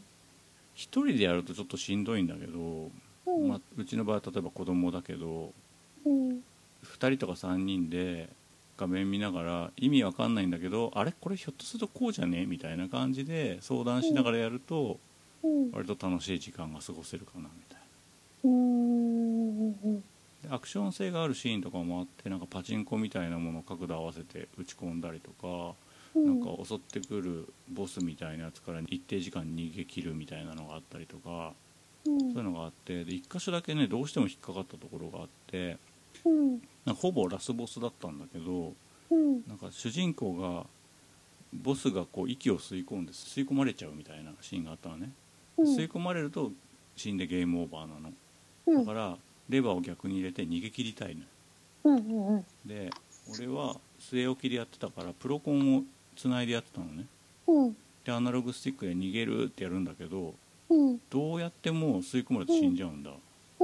Speaker 2: 一人でやるとちょっとしんどいんだけど、
Speaker 1: うん、
Speaker 2: まあ、うちの場合は例えば子供だけど
Speaker 1: うん、
Speaker 2: ふたりとかさんにんで画面見ながら意味わかんないんだけど、あれこれひょっとするとこうじゃねみたいな感じで相談しながらやると
Speaker 1: うん、
Speaker 2: 割と楽しい時間が過ごせるかなみたいな。
Speaker 1: うん、うん、
Speaker 2: でアクション性があるシーンとかもあって、なんかパチンコみたいなものを角度合わせて打ち込んだりとか、
Speaker 1: うん、
Speaker 2: なんか襲ってくるボスみたいなやつから一定時間逃げ切るみたいなのがあったりとか、
Speaker 1: うん、
Speaker 2: そういうのがあって、でいっ箇所だけねどうしても引っかかったところがあって、
Speaker 1: うん、
Speaker 2: なんかほぼラスボスだったんだけど、
Speaker 1: うん、
Speaker 2: なんか主人公がボスがこう息を吸い込んで吸い込まれちゃうみたいなシーンがあったのね。吸い込まれると死んでゲームオーバーなのだから、レバーを逆に入れて逃げ切りたいのよ。
Speaker 1: うん、うん、
Speaker 2: で俺は据え置きでやってたからプロコンをつないでやってたのね。
Speaker 1: うん、
Speaker 2: でアナログスティックで逃げるってやるんだけど、
Speaker 1: うん、
Speaker 2: どうやっても吸い込まれて死んじゃうんだ。
Speaker 1: うん、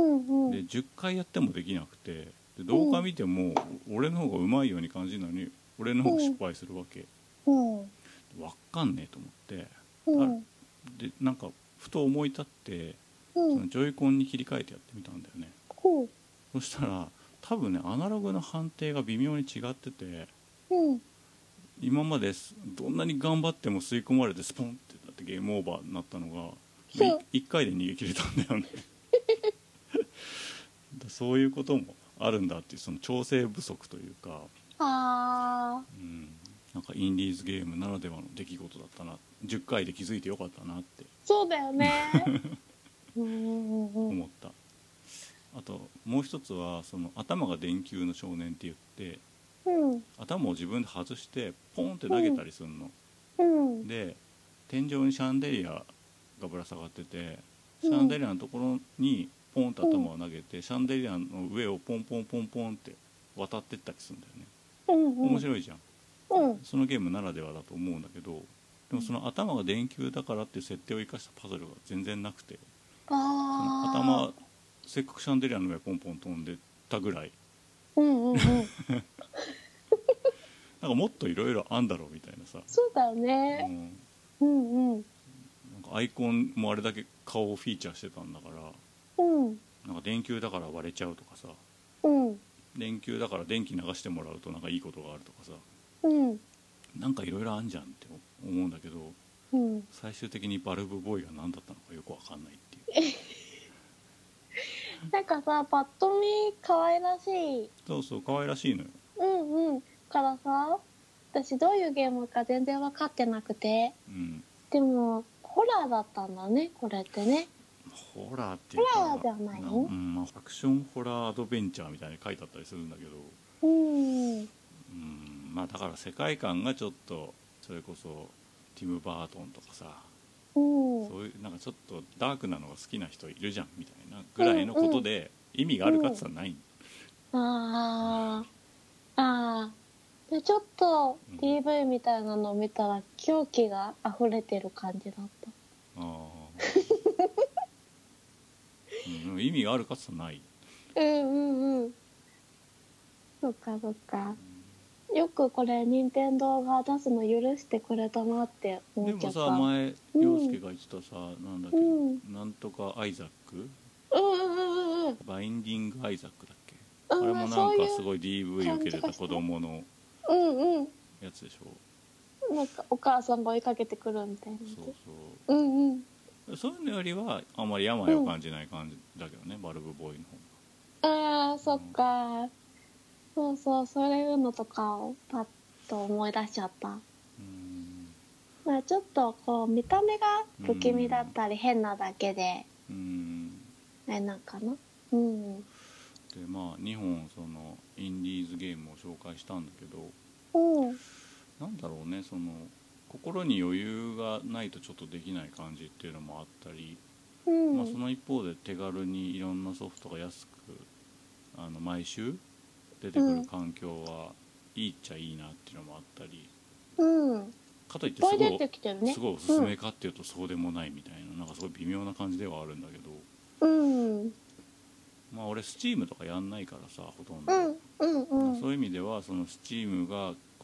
Speaker 2: でじゅっかいやってもできなくて、で動画見ても俺の方がうまいように感じるのに俺の方が失敗するわけ。
Speaker 1: うん、
Speaker 2: わかんねえと思って、
Speaker 1: うん、
Speaker 2: でなんかふと思い立って、
Speaker 1: うん、
Speaker 2: そのジョイコンに切り替えてやってみたんだよね。
Speaker 1: うん、
Speaker 2: そしたら多分ねアナログの判定が微妙に違ってて、
Speaker 1: うん、
Speaker 2: 今までどんなに頑張っても吸い込まれてスポンってなってゲームオーバーになったのが
Speaker 1: そう
Speaker 2: いっかいで逃げ切れたんだよねそういうこともあるんだっていう、その調整不足というか、
Speaker 1: あ
Speaker 2: うん、なんかインディーズゲームならではの出来事だったな、じゅっかいで気づいてよかったなって
Speaker 1: そうだよねうんうん
Speaker 2: 思った。あともう一つはその頭が電球の少年って言って、
Speaker 1: うん
Speaker 2: 頭を自分で外してポンって投げたりするの、
Speaker 1: うん
Speaker 2: で天井にシャンデリアがぶら下がってて、シャンデリアのところにポンと頭を投げて、シャンデリアの上をポンポンポンポンって渡ってったりするんだよね。
Speaker 1: うん
Speaker 2: 面白いじゃん、
Speaker 1: うん
Speaker 2: そのゲームならではだと思うんだけど、でもその頭が電球だからっていう設定を生かしたパズルが全然なくて、その
Speaker 1: あ
Speaker 2: 頭せっかくシャンデリアの上ポンポン飛んでたぐらい、
Speaker 1: うんうんうん
Speaker 2: なんかもっといろいろあんだろうみたいなさ、
Speaker 1: そうだよ
Speaker 2: う
Speaker 1: ね
Speaker 2: ん、
Speaker 1: うんうん
Speaker 2: なんかアイコンもあれだけ顔をフィーチャーしてたんだから、
Speaker 1: うん
Speaker 2: なんか電球だから割れちゃうとかさ、
Speaker 1: うん
Speaker 2: 電球だから電気流してもらうとなんかいいことがあるとかさ、
Speaker 1: うん
Speaker 2: なんかいろいろあんじゃんって思うんだけど、
Speaker 1: うん
Speaker 2: 最終的にバルブボーイが何だったのかよくわかんないっていう
Speaker 1: なんかさパッと見可愛らしい
Speaker 2: そうそう可愛らしいのよ。
Speaker 1: うんうんからさ私どういうゲームか全然分かってなくて、
Speaker 2: うん、
Speaker 1: でもホラーだったんだねこれってね。
Speaker 2: ホラーっていうか
Speaker 1: ホラーじゃないの
Speaker 2: うんまあ、アクションホラーアドベンチャーみたいに書いてあったりするんだけど、
Speaker 1: うん
Speaker 2: うんまあだから世界観がちょっとそれこそティム・バートンとかさ、
Speaker 1: うん
Speaker 2: そういうなんかちょっとダークなのが好きな人いるじゃんみたいなぐらいのことで意味があるかって言ったらない、
Speaker 1: うん、あーあーでちょっと ディーブイ みたいなのを見たら狂気が溢れてる感じだった。
Speaker 2: ああ、うん、意味があるかって言ったらない。
Speaker 1: うんうんうんそっかそっか、よくこれ任天堂が出すの許してくれたなって思
Speaker 2: でも
Speaker 1: っちゃった。
Speaker 2: さ前
Speaker 1: うん
Speaker 2: 陽介が言ってたさ、なんだっけ、
Speaker 1: うん
Speaker 2: なんとかアイザック、
Speaker 1: うんうんうんうん
Speaker 2: バインディングアイザックだっけ、
Speaker 1: うん
Speaker 2: あれもなん
Speaker 1: そういう
Speaker 2: かすごい ディーブイ 受けてた子供の
Speaker 1: うんうん
Speaker 2: やつでしょ。
Speaker 1: なんかお母さんが追いかけてくるみたいなやつ。
Speaker 2: そうそ
Speaker 1: うんうん
Speaker 2: う、そういうのよりはあんまり病を感じない感じだけどね、バルブボーイの
Speaker 1: あーそっか、そうそうそういうのとかをパッと思い出しちゃった。
Speaker 2: 方が。うん
Speaker 1: まあちょっとこう見た目が不気味だったり変なだけで
Speaker 2: うん
Speaker 1: あれなんかな。うん
Speaker 2: でまあにほんそのインディーズゲームを紹介したんだけど、
Speaker 1: うん
Speaker 2: なんだろうね、その心に余裕がないとちょっとできない感じっていうのもあったり、
Speaker 1: うん
Speaker 2: まあ、その一方で手軽にいろんなソフトが安くあの毎週出てくる環境はいいっちゃいいなっていうのもあったり、
Speaker 1: うん
Speaker 2: かといって
Speaker 1: いっぱい出
Speaker 2: すごい
Speaker 1: てきてるね。
Speaker 2: すごいおすすめかっていうとそうでもないみたいな、なんかすごい微妙な感じではあるんだけど、
Speaker 1: うん
Speaker 2: まあ俺スチームとかやんないからさほとんど、
Speaker 1: うんうんうん
Speaker 2: そういう意味ではそのスチームが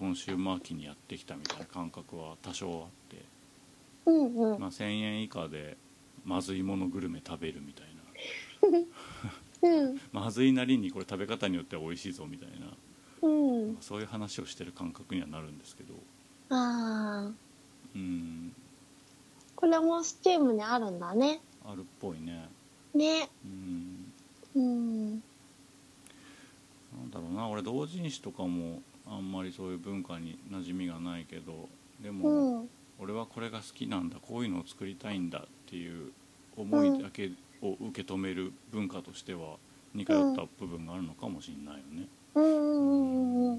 Speaker 2: コンシューマー期にやってきたみたいな感覚は多少あって、
Speaker 1: うんうん
Speaker 2: まあ、せんえん以下でまずいものグルメ食べるみたい
Speaker 1: うん、
Speaker 2: なまずいなりにこれ食べ方によっては美味しいぞみたいな、
Speaker 1: うん、
Speaker 2: そういう話をしてる感覚にはなるんですけど、
Speaker 1: ああ、
Speaker 2: うん
Speaker 1: これもスチームにあるんだね。
Speaker 2: あるっぽいね。
Speaker 1: ね。
Speaker 2: うん
Speaker 1: うん。
Speaker 2: なんだろうな、俺同人誌とかもあんまりそういう文化に馴染みがないけど、でも、
Speaker 1: うん。
Speaker 2: 俺はこれが好きなんだ、こういうのを作りたいんだっていう思いだけを受け止める文化としては似通った部分があるのかもしれないよね。
Speaker 1: うんうんうんうん。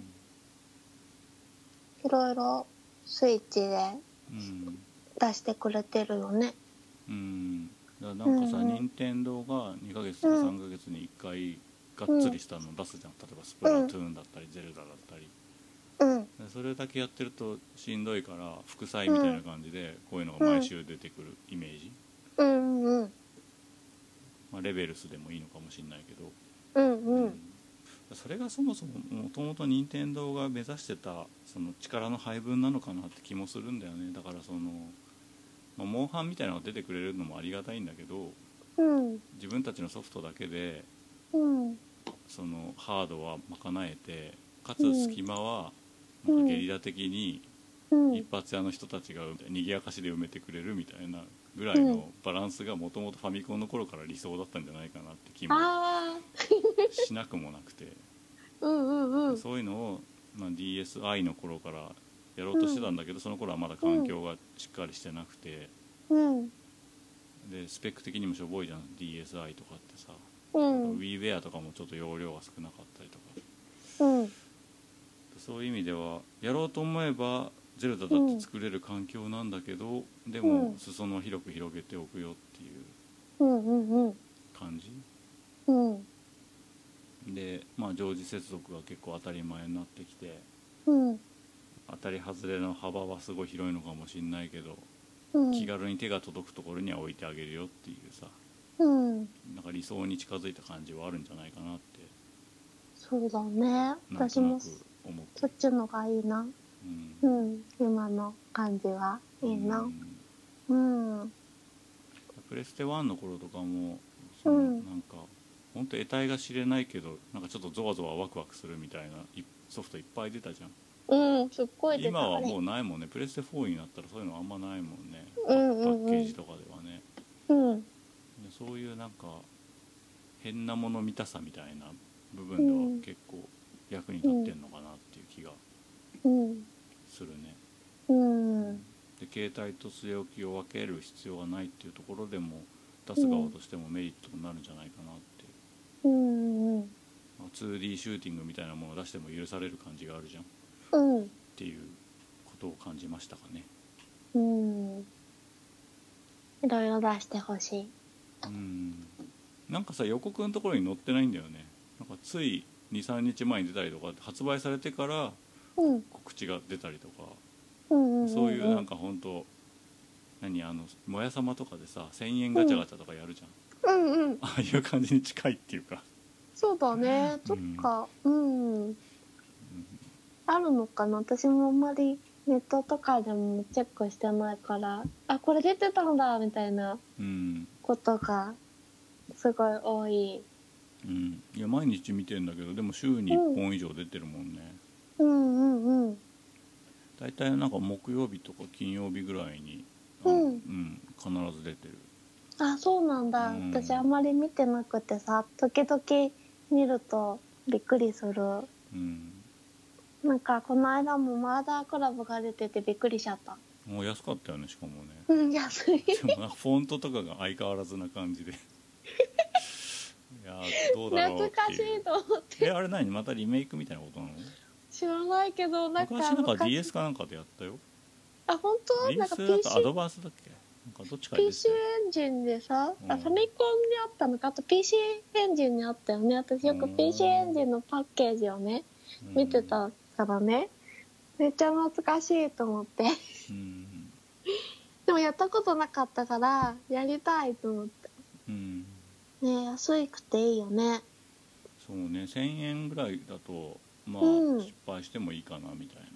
Speaker 1: いろいろスイッチで
Speaker 2: うん
Speaker 1: 出してくれてるよね。
Speaker 2: うんだからなんかさ、
Speaker 1: うんうん
Speaker 2: 任天堂がにかげつとかさんかげつにいっかいがっつりしたの出すじゃん。例えばスプラトゥーンだったりゼルダだったり、
Speaker 1: うん。
Speaker 2: それだけやってるとしんどいから副菜みたいな感じでこういうのが毎週出てくるイメージ、
Speaker 1: うんうん
Speaker 2: まあ、レベルスでもいいのかもしれないけど、
Speaker 1: うんうん
Speaker 2: うんそれがそもそももともと任天堂が目指してたその力の配分なのかなって気もするんだよね。だからその、まあ、モンハンみたいなのが出てくれるのもありがたいんだけど、
Speaker 1: うん
Speaker 2: 自分たちのソフトだけで
Speaker 1: うん
Speaker 2: そのハードは賄えて、かつ隙間はなんかゲリラ的に
Speaker 1: うん
Speaker 2: 一発屋の人たちが賑やかしで埋めてくれるみたいなぐらいのバランスがもともとファミコンの頃から理想だったんじゃないかなって気も
Speaker 1: ああ
Speaker 2: しなくもなくて、
Speaker 1: うんうんうん
Speaker 2: そういうのを、まあ、ディーエスアイ の頃からやろうとしてたんだけど、その頃はまだ環境がしっかりしてなくて、
Speaker 1: うん
Speaker 2: でスペック的にもしょぼいじゃん ディーエスアイ とかってさ、
Speaker 1: うん
Speaker 2: WiiWare とかもちょっと容量が少なかったりとか、
Speaker 1: うん
Speaker 2: そういう意味ではやろうと思えばゼルダだって作れる環境なんだけど、でも裾野を広く広げておくよっていう
Speaker 1: うんうんうん
Speaker 2: 感じ
Speaker 1: うん
Speaker 2: で、まあ常時接続が結構当たり前になってきて、
Speaker 1: うん
Speaker 2: 当たり外れの幅はすごい広いのかもしれないけど、
Speaker 1: うん
Speaker 2: 気軽に手が届くところには置いてあげるよっていうさ、
Speaker 1: うん
Speaker 2: なんか理想に近づいた感じはあるんじゃないかなって
Speaker 1: そうだね。
Speaker 2: なん
Speaker 1: 私も
Speaker 2: となく思って
Speaker 1: そっちのがいいな。
Speaker 2: う
Speaker 1: うんん今の感じはいいな。
Speaker 2: うん
Speaker 1: うん
Speaker 2: プレステワンの頃とかもその、
Speaker 1: うん
Speaker 2: なんか本当得体が知れないけどなんかちょっとゾワゾワワクワクするみたいないソフトいっぱい出たじゃん。
Speaker 1: うんすっごい出た
Speaker 2: 今は
Speaker 1: あれ
Speaker 2: もうないもんね。プレステフォーになったらそういうのあんまないもんね、
Speaker 1: うんうんうん
Speaker 2: パッケージとかではね。
Speaker 1: うん
Speaker 2: でそういうなんか変なもの見たさみたいな部分では結構役に立ってんのかなっていう気が
Speaker 1: うん
Speaker 2: するね。
Speaker 1: うん
Speaker 2: で携帯と据え置きを分ける必要がないっていうところでも出す側としてもメリットになるんじゃないかなって、
Speaker 1: うんうん
Speaker 2: まあ ツーディー シューティングみたいなものを出しても許される感じがあるじゃんっ
Speaker 1: うん
Speaker 2: ていうことを感じましたかね。
Speaker 1: うんいろいろ出してほしい。
Speaker 2: うんなんかさ予告のところに載ってないんだよね。なんかついにさんにちまえに出たりとか発売されてから
Speaker 1: うん
Speaker 2: 告知が出たりとか、
Speaker 1: うんうん
Speaker 2: そういうなんか本当何あのもやさまとかでさせんえんガチャガチャとかやるじゃん、
Speaker 1: うんうん
Speaker 2: ああいう感じに近いっていうか、
Speaker 1: そうだね。そっかうんあるのかな。私もあんまりネットとかでもチェックしてないからあこれ出てたんだみたいな
Speaker 2: うん
Speaker 1: ことがすごい多い。
Speaker 2: うんいや毎日見てんだけどでも週にいっぽん以上出てるもんね。
Speaker 1: うんうんうん
Speaker 2: だいたいなんか木曜日とか金曜日ぐらいにあの
Speaker 1: うん
Speaker 2: うん必ず出てる。
Speaker 1: あそうなんだ、
Speaker 2: うん
Speaker 1: 私あんまり見てなくてさ時々見るとびっくりする。
Speaker 2: うん
Speaker 1: なんかこの間もマーダークラブが出ててびっくりしちゃった。
Speaker 2: もう安かったよねしかもね。
Speaker 1: うん安い。
Speaker 2: でもなんかフォントとかが相変わらずな感じでいやどうだろうっていう。
Speaker 1: 懐かしいと思って
Speaker 2: えあれ何またリメイクみたいなことなの？
Speaker 1: 知らないけどなんか
Speaker 2: 昔なんか ディーエス かなんかでやったよ。
Speaker 1: あ本当なんか
Speaker 2: ディーエス だとア
Speaker 1: PC
Speaker 2: ドバンスだっけなんかどっちかで出て
Speaker 1: PC
Speaker 2: たよ。
Speaker 1: エンジンでさ、
Speaker 2: うん
Speaker 1: あファミコンにあったのかあと ピーシー エンジンにあったよね。私よく ピーシー エンジンのパッケージをね
Speaker 2: うん
Speaker 1: 見てたからねめっちゃ懐かしいと思って
Speaker 2: うん
Speaker 1: でもやったことなかったからやりたいと思って
Speaker 2: うん
Speaker 1: ね。安くていいよね。
Speaker 2: そうねせんえんぐらいだとまあ、
Speaker 1: うん
Speaker 2: 失敗してもいいかなみたいな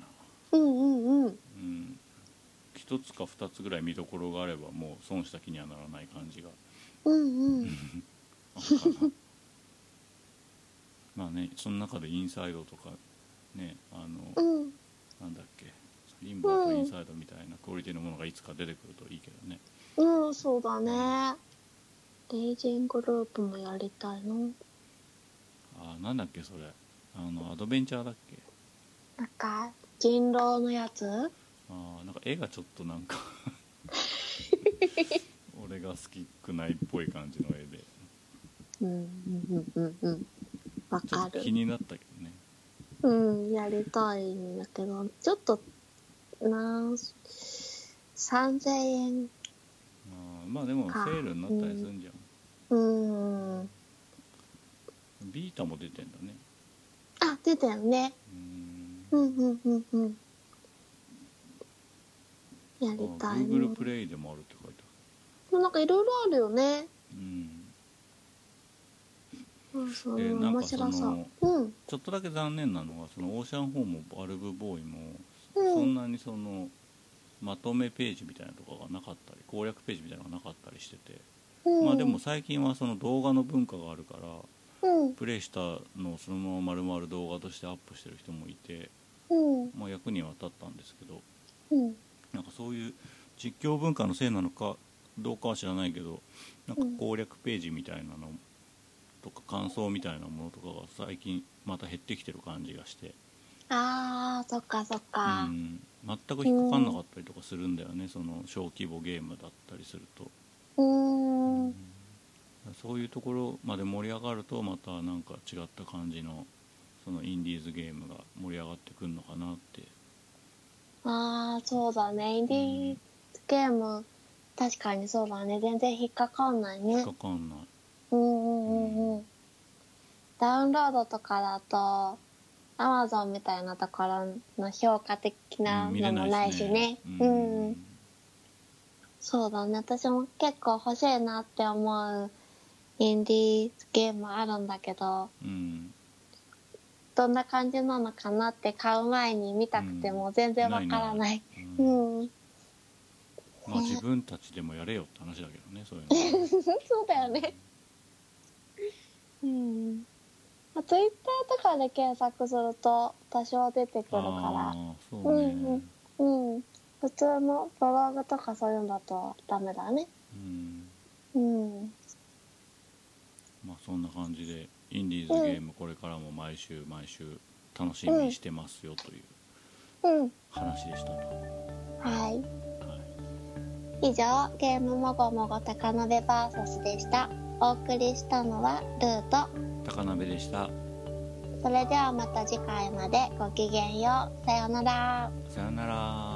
Speaker 1: うんうんうん
Speaker 2: うん一つか二つぐらい見どころがあればもう損した気にはならない感じが
Speaker 1: うんうん
Speaker 2: あるかなまあね、その中でインサイドとかね、あの、
Speaker 1: うん、
Speaker 2: なんだっけ、リンボーとインサイドみたいなクオリティのものがいつか出てくるといいけどね。
Speaker 1: うん、そうだね。レイジングループもやりたいの。
Speaker 2: あ、なんだっけそれ、あのアドベンチャーだっけ。
Speaker 1: なんか人狼のやつ。
Speaker 2: あ、なんか絵がちょっとなんか俺が好きくないっぽい感じの絵で、
Speaker 1: うんうんうんうんわ
Speaker 2: ちょ
Speaker 1: かる。
Speaker 2: っと気になったけどね。
Speaker 1: うん、やりたいんだけど、ちょっとなさんぜんえん。
Speaker 2: あ、まあでもセールになったりするんじゃん。
Speaker 1: うん、うん、
Speaker 2: ビータも出てんだね。
Speaker 1: あ、出たよね。
Speaker 2: うーん、
Speaker 1: うんうんうんうんやりたいの。
Speaker 2: Google プレイでもあるって書いて
Speaker 1: でもなんかいろいろあるよね。
Speaker 2: ある。うん、
Speaker 1: そうそう、
Speaker 2: でなんか
Speaker 1: 面白そう。
Speaker 2: その
Speaker 1: うん
Speaker 2: ちょっとだけ残念なのが、そのオーシャンホームもバルブボーイも、
Speaker 1: うん
Speaker 2: そんなにそのまとめページみたいなとかがなかったり、攻略ページみたいなのがなかったりしてて、
Speaker 1: うん、
Speaker 2: まあでも最近はその動画の文化があるから、
Speaker 1: うん
Speaker 2: プレイしたのをそのまま丸々動画としてアップしてる人もいて、
Speaker 1: うん
Speaker 2: まあ、役には立ったんですけど、
Speaker 1: うん
Speaker 2: なんかそういう実況文化のせいなのかどうかは知らないけど、なんか攻略ページみたいなのとか感想みたいなものとかが最近また減ってきてる感じがして、
Speaker 1: あーそっかそっ
Speaker 2: う
Speaker 1: か。
Speaker 2: ん、全く引っかかんなかったりとかするんだよね、その小規模ゲームだったりすると。
Speaker 1: うーん、
Speaker 2: うん、そういうところまで盛り上がるとまたなんか違った感じのそのインディーズゲームが盛り上がってくるのかなって。
Speaker 1: あーそうだね。インディーゲーム、確かにそうだね。全然引っかかんないね。
Speaker 2: 引っかかんない。
Speaker 1: うんうんうんうん。ダウンロードとかだと、アマゾンみたいなところの評価的なのもないしね。
Speaker 2: う
Speaker 1: うんん、うん。そうだね。私も結構欲しいなって思うインディーゲームあるんだけど、
Speaker 2: うん、
Speaker 1: どんな感じなのかなって買う前に見たくても全然わからない。うん。うん、
Speaker 2: まあ自分たちでもやれよって話だけどね、そういうの、ね、
Speaker 1: そうだよね。うん。まあ、ツイッターとかで検索すると多少出てくるから。
Speaker 2: あ、そうね、
Speaker 1: うんうんうん。普通のブログとかそういうのだとダメだね。うん。うん。
Speaker 2: まあそんな感じでインディーズゲームこれからも毎週毎週楽しみにしてますよという話でしたと。
Speaker 1: うん、はい。
Speaker 2: はい。
Speaker 1: 以上、ゲームもごもご高鍋バーサスでした。お送りしたのはルーと
Speaker 2: 高鍋でした。
Speaker 1: それではまた次回までごきげんよう。さようなら。
Speaker 2: さようなら。